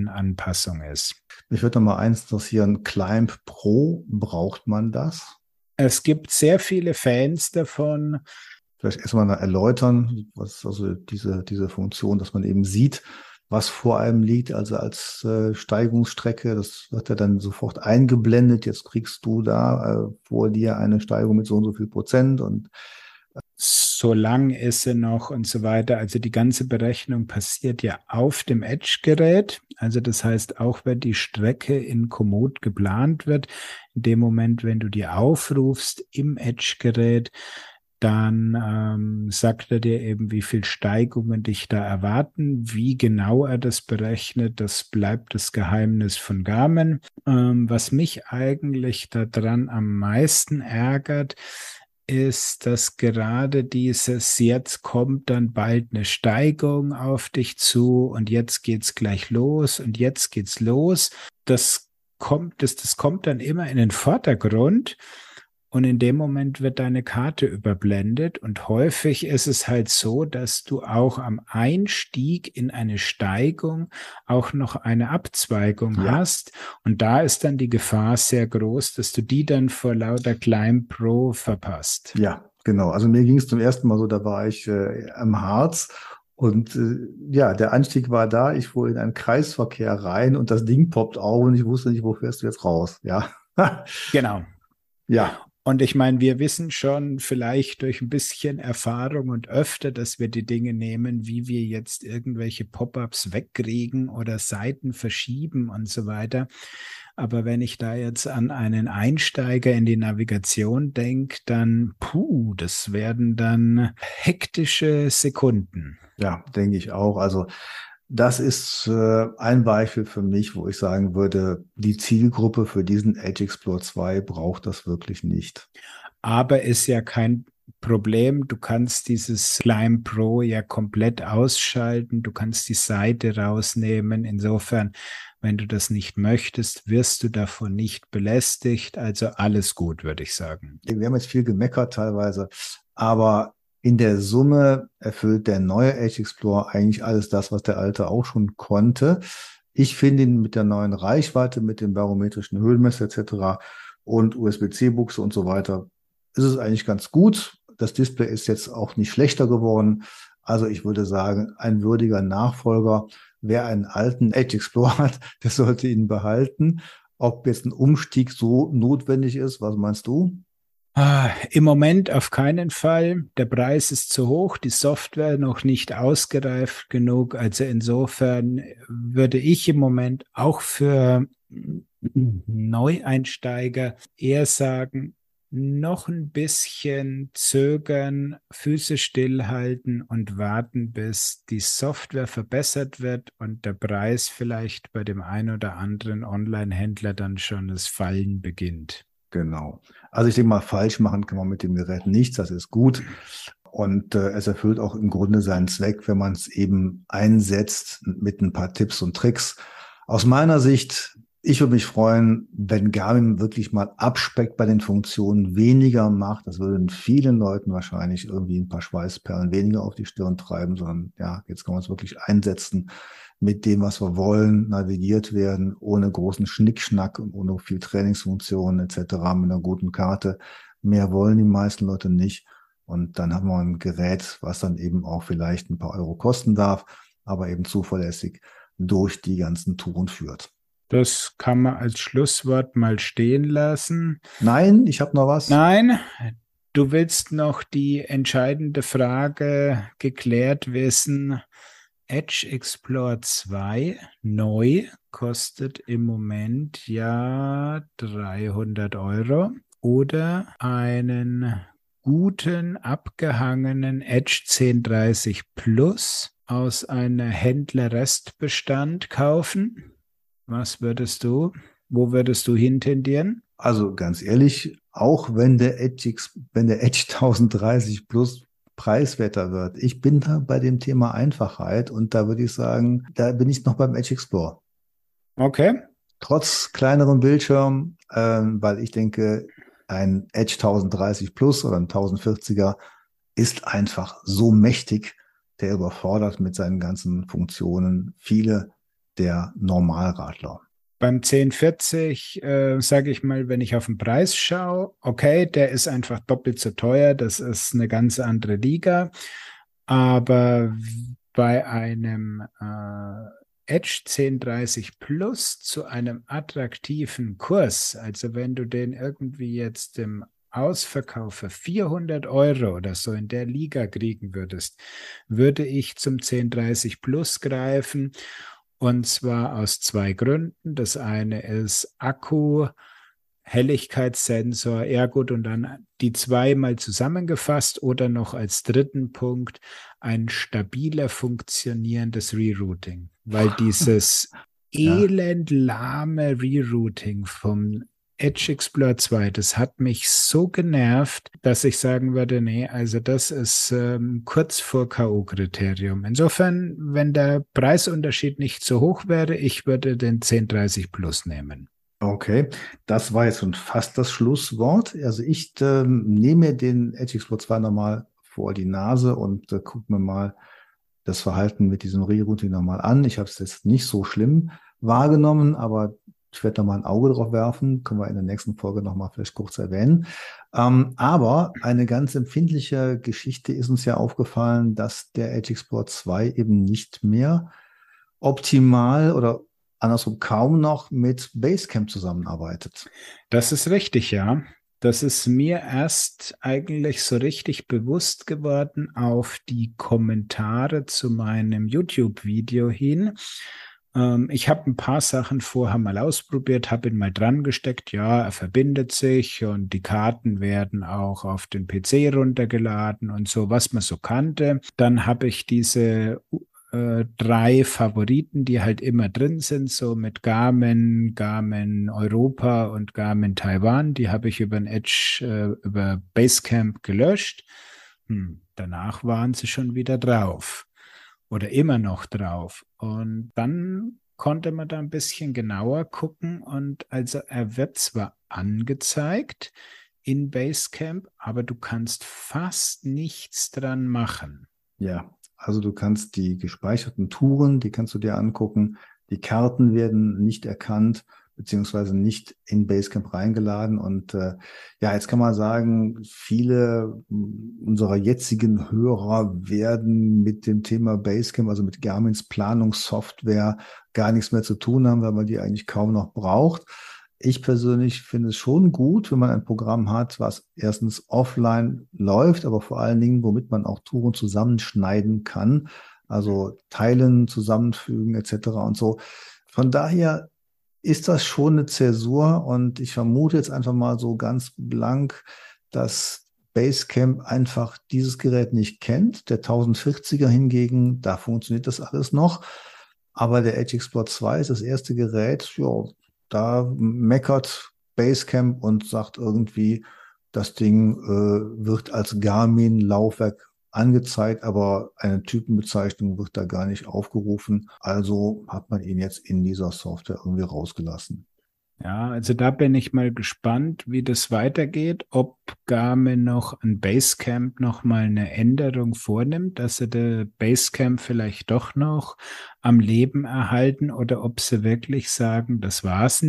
Reichweitenanpassung ist. Mich würde noch mal eins interessieren, Climb Pro, braucht man das? Es gibt sehr viele Fans davon. Vielleicht erstmal erläutern, was also diese Funktion, dass man eben sieht, was vor einem liegt, also als Steigungsstrecke. Das wird ja dann sofort eingeblendet. Jetzt kriegst du da vor dir eine Steigung mit so und so viel Prozent und so lang ist sie noch und so weiter. Also die ganze Berechnung passiert ja auf dem Edge-Gerät. Also das heißt, auch wenn die Strecke in Komoot geplant wird, in dem Moment, wenn du die aufrufst im Edge-Gerät, dann sagt er dir eben, wie viel Steigungen dich da erwarten. Wie genau er das berechnet, das bleibt das Geheimnis von Garmin. Was mich eigentlich daran am meisten ärgert, ist, dass gerade dieses, jetzt kommt dann bald eine Steigung auf dich zu und jetzt geht's gleich los und jetzt geht's los. Das kommt dann immer in den Vordergrund. Und in dem Moment wird deine Karte überblendet und häufig ist es halt so, dass du auch am Einstieg in eine Steigung auch noch eine Abzweigung hast und da ist dann die Gefahr sehr groß, dass du die dann vor lauter Climb Pro verpasst. Ja, genau. Also mir ging es zum ersten Mal so, da war ich am Harz und der Anstieg war da, ich fuhr in einen Kreisverkehr rein und das Ding poppt auf und ich wusste nicht, wo fährst du jetzt raus, ja. Genau. Ja. Und ich meine, wir wissen schon vielleicht durch ein bisschen Erfahrung und öfter, dass wir die Dinge nehmen, wie wir jetzt irgendwelche Pop-ups wegkriegen oder Seiten verschieben und so weiter. Aber wenn ich da jetzt an einen Einsteiger in die Navigation denke, dann, das werden dann hektische Sekunden. Ja, denke ich auch. Also das ist ein Beispiel für mich, wo ich sagen würde, die Zielgruppe für diesen Edge Explorer 2 braucht das wirklich nicht. Aber ist ja kein Problem. Du kannst dieses Climb Pro ja komplett ausschalten. Du kannst die Seite rausnehmen. Insofern, wenn du das nicht möchtest, wirst du davon nicht belästigt. Also alles gut, würde ich sagen. Wir haben jetzt viel gemeckert teilweise, aber in der Summe erfüllt der neue Edge Explorer eigentlich alles das, was der alte auch schon konnte. Ich finde ihn mit der neuen Reichweite, mit dem barometrischen Höhenmesser etc. und USB-C-Buchse und so weiter, ist es eigentlich ganz gut. Das Display ist jetzt auch nicht schlechter geworden. Also ich würde sagen, ein würdiger Nachfolger. Wer einen alten Edge Explorer hat, der sollte ihn behalten. Ob jetzt ein Umstieg so notwendig ist, was meinst du? Im Moment auf keinen Fall. Der Preis ist zu hoch, die Software noch nicht ausgereift genug. Also insofern würde ich im Moment auch für Neueinsteiger eher sagen, noch ein bisschen zögern, Füße stillhalten und warten, bis die Software verbessert wird und der Preis vielleicht bei dem einen oder anderen Online-Händler dann schon das Fallen beginnt. Genau. Also ich denke mal, falsch machen kann man mit dem Gerät nichts, das ist gut. Und es erfüllt auch im Grunde seinen Zweck, wenn man es eben einsetzt mit ein paar Tipps und Tricks. Aus meiner Sicht, ich würde mich freuen, wenn Garmin wirklich mal abspeckt bei den Funktionen, weniger macht. Das würde vielen Leuten wahrscheinlich irgendwie ein paar Schweißperlen weniger auf die Stirn treiben, sondern ja, jetzt kann man es wirklich einsetzen mit dem, was wir wollen, navigiert werden, ohne großen Schnickschnack und ohne viel Trainingsfunktionen etc., mit einer guten Karte. Mehr wollen die meisten Leute nicht. Und dann haben wir ein Gerät, was dann eben auch vielleicht ein paar Euro kosten darf, aber eben zuverlässig durch die ganzen Touren führt. Das kann man als Schlusswort mal stehen lassen. Nein, ich habe noch was. Nein, du willst noch die entscheidende Frage geklärt wissen. Edge Explorer 2 neu kostet im Moment ja 300 Euro oder einen guten abgehangenen Edge 1030 Plus aus einem Händler-Restbestand kaufen. Was würdest du? Wo würdest du hintendieren? Also ganz ehrlich, auch wenn der Edge 1030 Plus preiswerter wird. Ich bin da bei dem Thema Einfachheit und da würde ich sagen, da bin ich noch beim Edge Explorer. Okay. Trotz kleinerem Bildschirm, weil ich denke, ein Edge 1030 Plus oder ein 1040er ist einfach so mächtig, der überfordert mit seinen ganzen Funktionen viele der Normalradler. Beim 1040 sage ich mal, wenn ich auf den Preis schaue, okay, der ist einfach doppelt so teuer, das ist eine ganz andere Liga. Aber bei einem Edge 1030 Plus zu einem attraktiven Kurs, also wenn du den irgendwie jetzt im Ausverkauf für 400 € oder so in der Liga kriegen würdest, würde ich zum 1030 Plus greifen. Und zwar aus 2 Gründen. Das eine ist Akku, Helligkeitssensor, ja gut, und dann die 2 mal zusammengefasst oder noch als dritten Punkt ein stabiler funktionierendes Rerouting, weil dieses elendlahme Rerouting vom Edge Explorer 2, das hat mich so genervt, dass ich sagen würde, nee, also das ist kurz vor K.O.-Kriterium. Insofern, wenn der Preisunterschied nicht so hoch wäre, ich würde den 1030 Plus nehmen. Okay, das war jetzt schon fast das Schlusswort. Also ich nehme den Edge Explorer 2 nochmal vor die Nase und gucke mir mal das Verhalten mit diesem Rerouting nochmal an. Ich habe es jetzt nicht so schlimm wahrgenommen, aber ich werde nochmal ein Auge drauf werfen. Können wir in der nächsten Folge nochmal vielleicht kurz erwähnen. Aber eine ganz empfindliche Geschichte ist uns ja aufgefallen, dass der Edge Explorer 2 eben nicht mehr optimal oder andersrum kaum noch mit Basecamp zusammenarbeitet. Das ist richtig, ja. Das ist mir erst eigentlich so richtig bewusst geworden auf die Kommentare zu meinem YouTube-Video hin. Ich habe ein paar Sachen vorher mal ausprobiert, habe ihn mal dran gesteckt. Ja, er verbindet sich und die Karten werden auch auf den PC runtergeladen und so, was man so kannte. Dann habe ich diese 3 Favoriten, die halt immer drin sind, so mit Garmin, Garmin Europa und Garmin Taiwan. Die habe ich über den Edge, über Basecamp gelöscht. Danach waren sie schon wieder drauf oder immer noch drauf. Und dann konnte man da ein bisschen genauer gucken und also er wird zwar angezeigt in Basecamp, aber du kannst fast nichts dran machen. Ja, also du kannst die gespeicherten Touren, die kannst du dir angucken. Die Karten werden nicht erkannt, beziehungsweise nicht in Basecamp reingeladen. Und ja, jetzt kann man sagen, viele unserer jetzigen Hörer werden mit dem Thema Basecamp, also mit Garmins Planungssoftware, gar nichts mehr zu tun haben, weil man die eigentlich kaum noch braucht. Ich persönlich finde es schon gut, wenn man ein Programm hat, was erstens offline läuft, aber vor allen Dingen, womit man auch Touren zusammenschneiden kann, also teilen, zusammenfügen etc. und so. Von daher ist das schon eine Zäsur und ich vermute jetzt einfach mal so ganz blank, dass Basecamp einfach dieses Gerät nicht kennt. Der 1040er hingegen, da funktioniert das alles noch. Aber der Edge Explorer 2 ist das erste Gerät, ja, da meckert Basecamp und sagt irgendwie, das Ding wird als Garmin-Laufwerk angezeigt, aber eine Typenbezeichnung wird da gar nicht aufgerufen. Also hat man ihn jetzt in dieser Software irgendwie rausgelassen. Ja, also da bin ich mal gespannt, wie das weitergeht, ob Garmin noch an Basecamp noch mal eine Änderung vornimmt, dass sie der Basecamp vielleicht doch noch am Leben erhalten oder ob sie wirklich sagen, das war's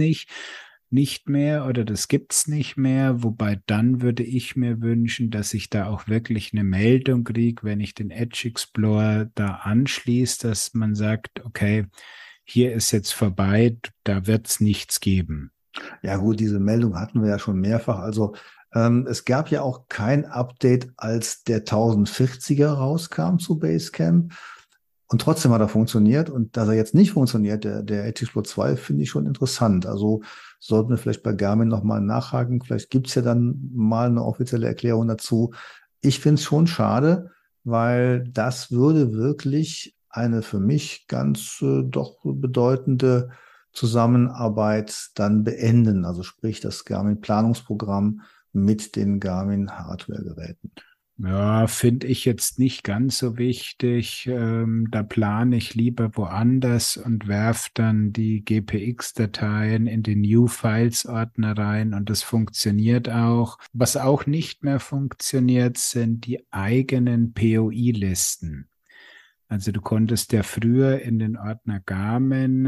nicht mehr oder das gibt's nicht mehr. Wobei dann würde ich mir wünschen, dass ich da auch wirklich eine Meldung kriege, wenn ich den Edge Explorer da anschließe, dass man sagt, okay, hier ist jetzt vorbei, da wird es nichts geben. Ja gut, diese Meldung hatten wir ja schon mehrfach. Also es gab ja auch kein Update, als der 1040er rauskam zu Basecamp. Und trotzdem hat er funktioniert. Und dass er jetzt nicht funktioniert, der Edge Explorer 2, finde ich schon interessant. Also sollten wir vielleicht bei Garmin nochmal nachhaken. Vielleicht gibt es ja dann mal eine offizielle Erklärung dazu. Ich finde es schon schade, weil das würde wirklich eine für mich ganz doch bedeutende Zusammenarbeit dann beenden. Also sprich das Garmin-Planungsprogramm mit den Garmin-Hardware-Geräten. Ja, finde ich jetzt nicht ganz so wichtig. Da plane ich lieber woanders und werfe dann die GPX-Dateien in den New Files-Ordner rein und das funktioniert auch. Was auch nicht mehr funktioniert, sind die eigenen POI-Listen. Also du konntest ja früher in den Ordner Garmin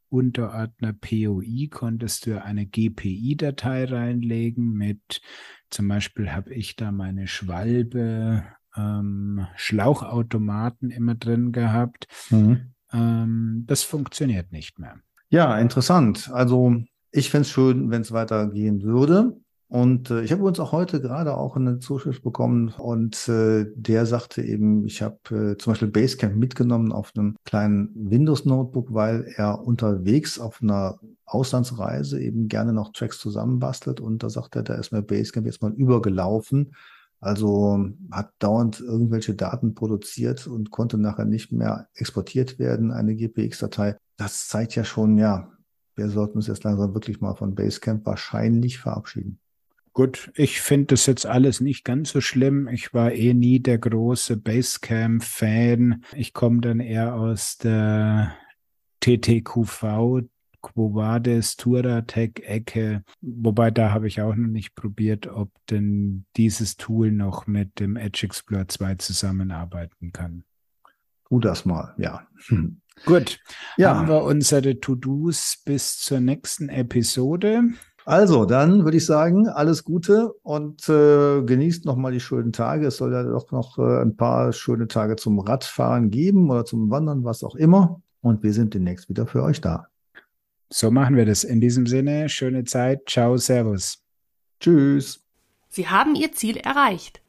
Unterordner POI konntest du eine GPI-Datei reinlegen mit, zum Beispiel habe ich da meine Schwalbe Schlauchautomaten immer drin gehabt. Das funktioniert nicht mehr. Ja, interessant. Also ich fände es schön, wenn es weitergehen würde. Und ich habe übrigens auch heute gerade auch eine Zuschrift bekommen und der sagte eben, ich habe zum Beispiel Basecamp mitgenommen auf einem kleinen Windows-Notebook, weil er unterwegs auf einer Auslandsreise eben gerne noch Tracks zusammenbastelt und da sagt er, da ist mir Basecamp jetzt mal übergelaufen. Also hat dauernd irgendwelche Daten produziert und konnte nachher nicht mehr exportiert werden, eine GPX-Datei. Das zeigt ja schon, ja, wir sollten uns jetzt langsam wirklich mal von Basecamp wahrscheinlich verabschieden. Gut, ich finde das jetzt alles nicht ganz so schlimm. Ich war nie der große Basecamp-Fan. Ich komme dann eher aus der TTQV, Quo Vadis, Touratech-Ecke. Wobei da habe ich auch noch nicht probiert, ob denn dieses Tool noch mit dem Edge Explorer 2 zusammenarbeiten kann. Tu das mal, ja. Gut, ja. Haben wir unsere To-Dos bis zur nächsten Episode. Also, dann würde ich sagen, alles Gute und genießt nochmal die schönen Tage. Es soll ja doch noch ein paar schöne Tage zum Radfahren geben oder zum Wandern, was auch immer. Und wir sind demnächst wieder für euch da. So machen wir das. In diesem Sinne, schöne Zeit. Ciao, Servus. Tschüss. Sie haben Ihr Ziel erreicht.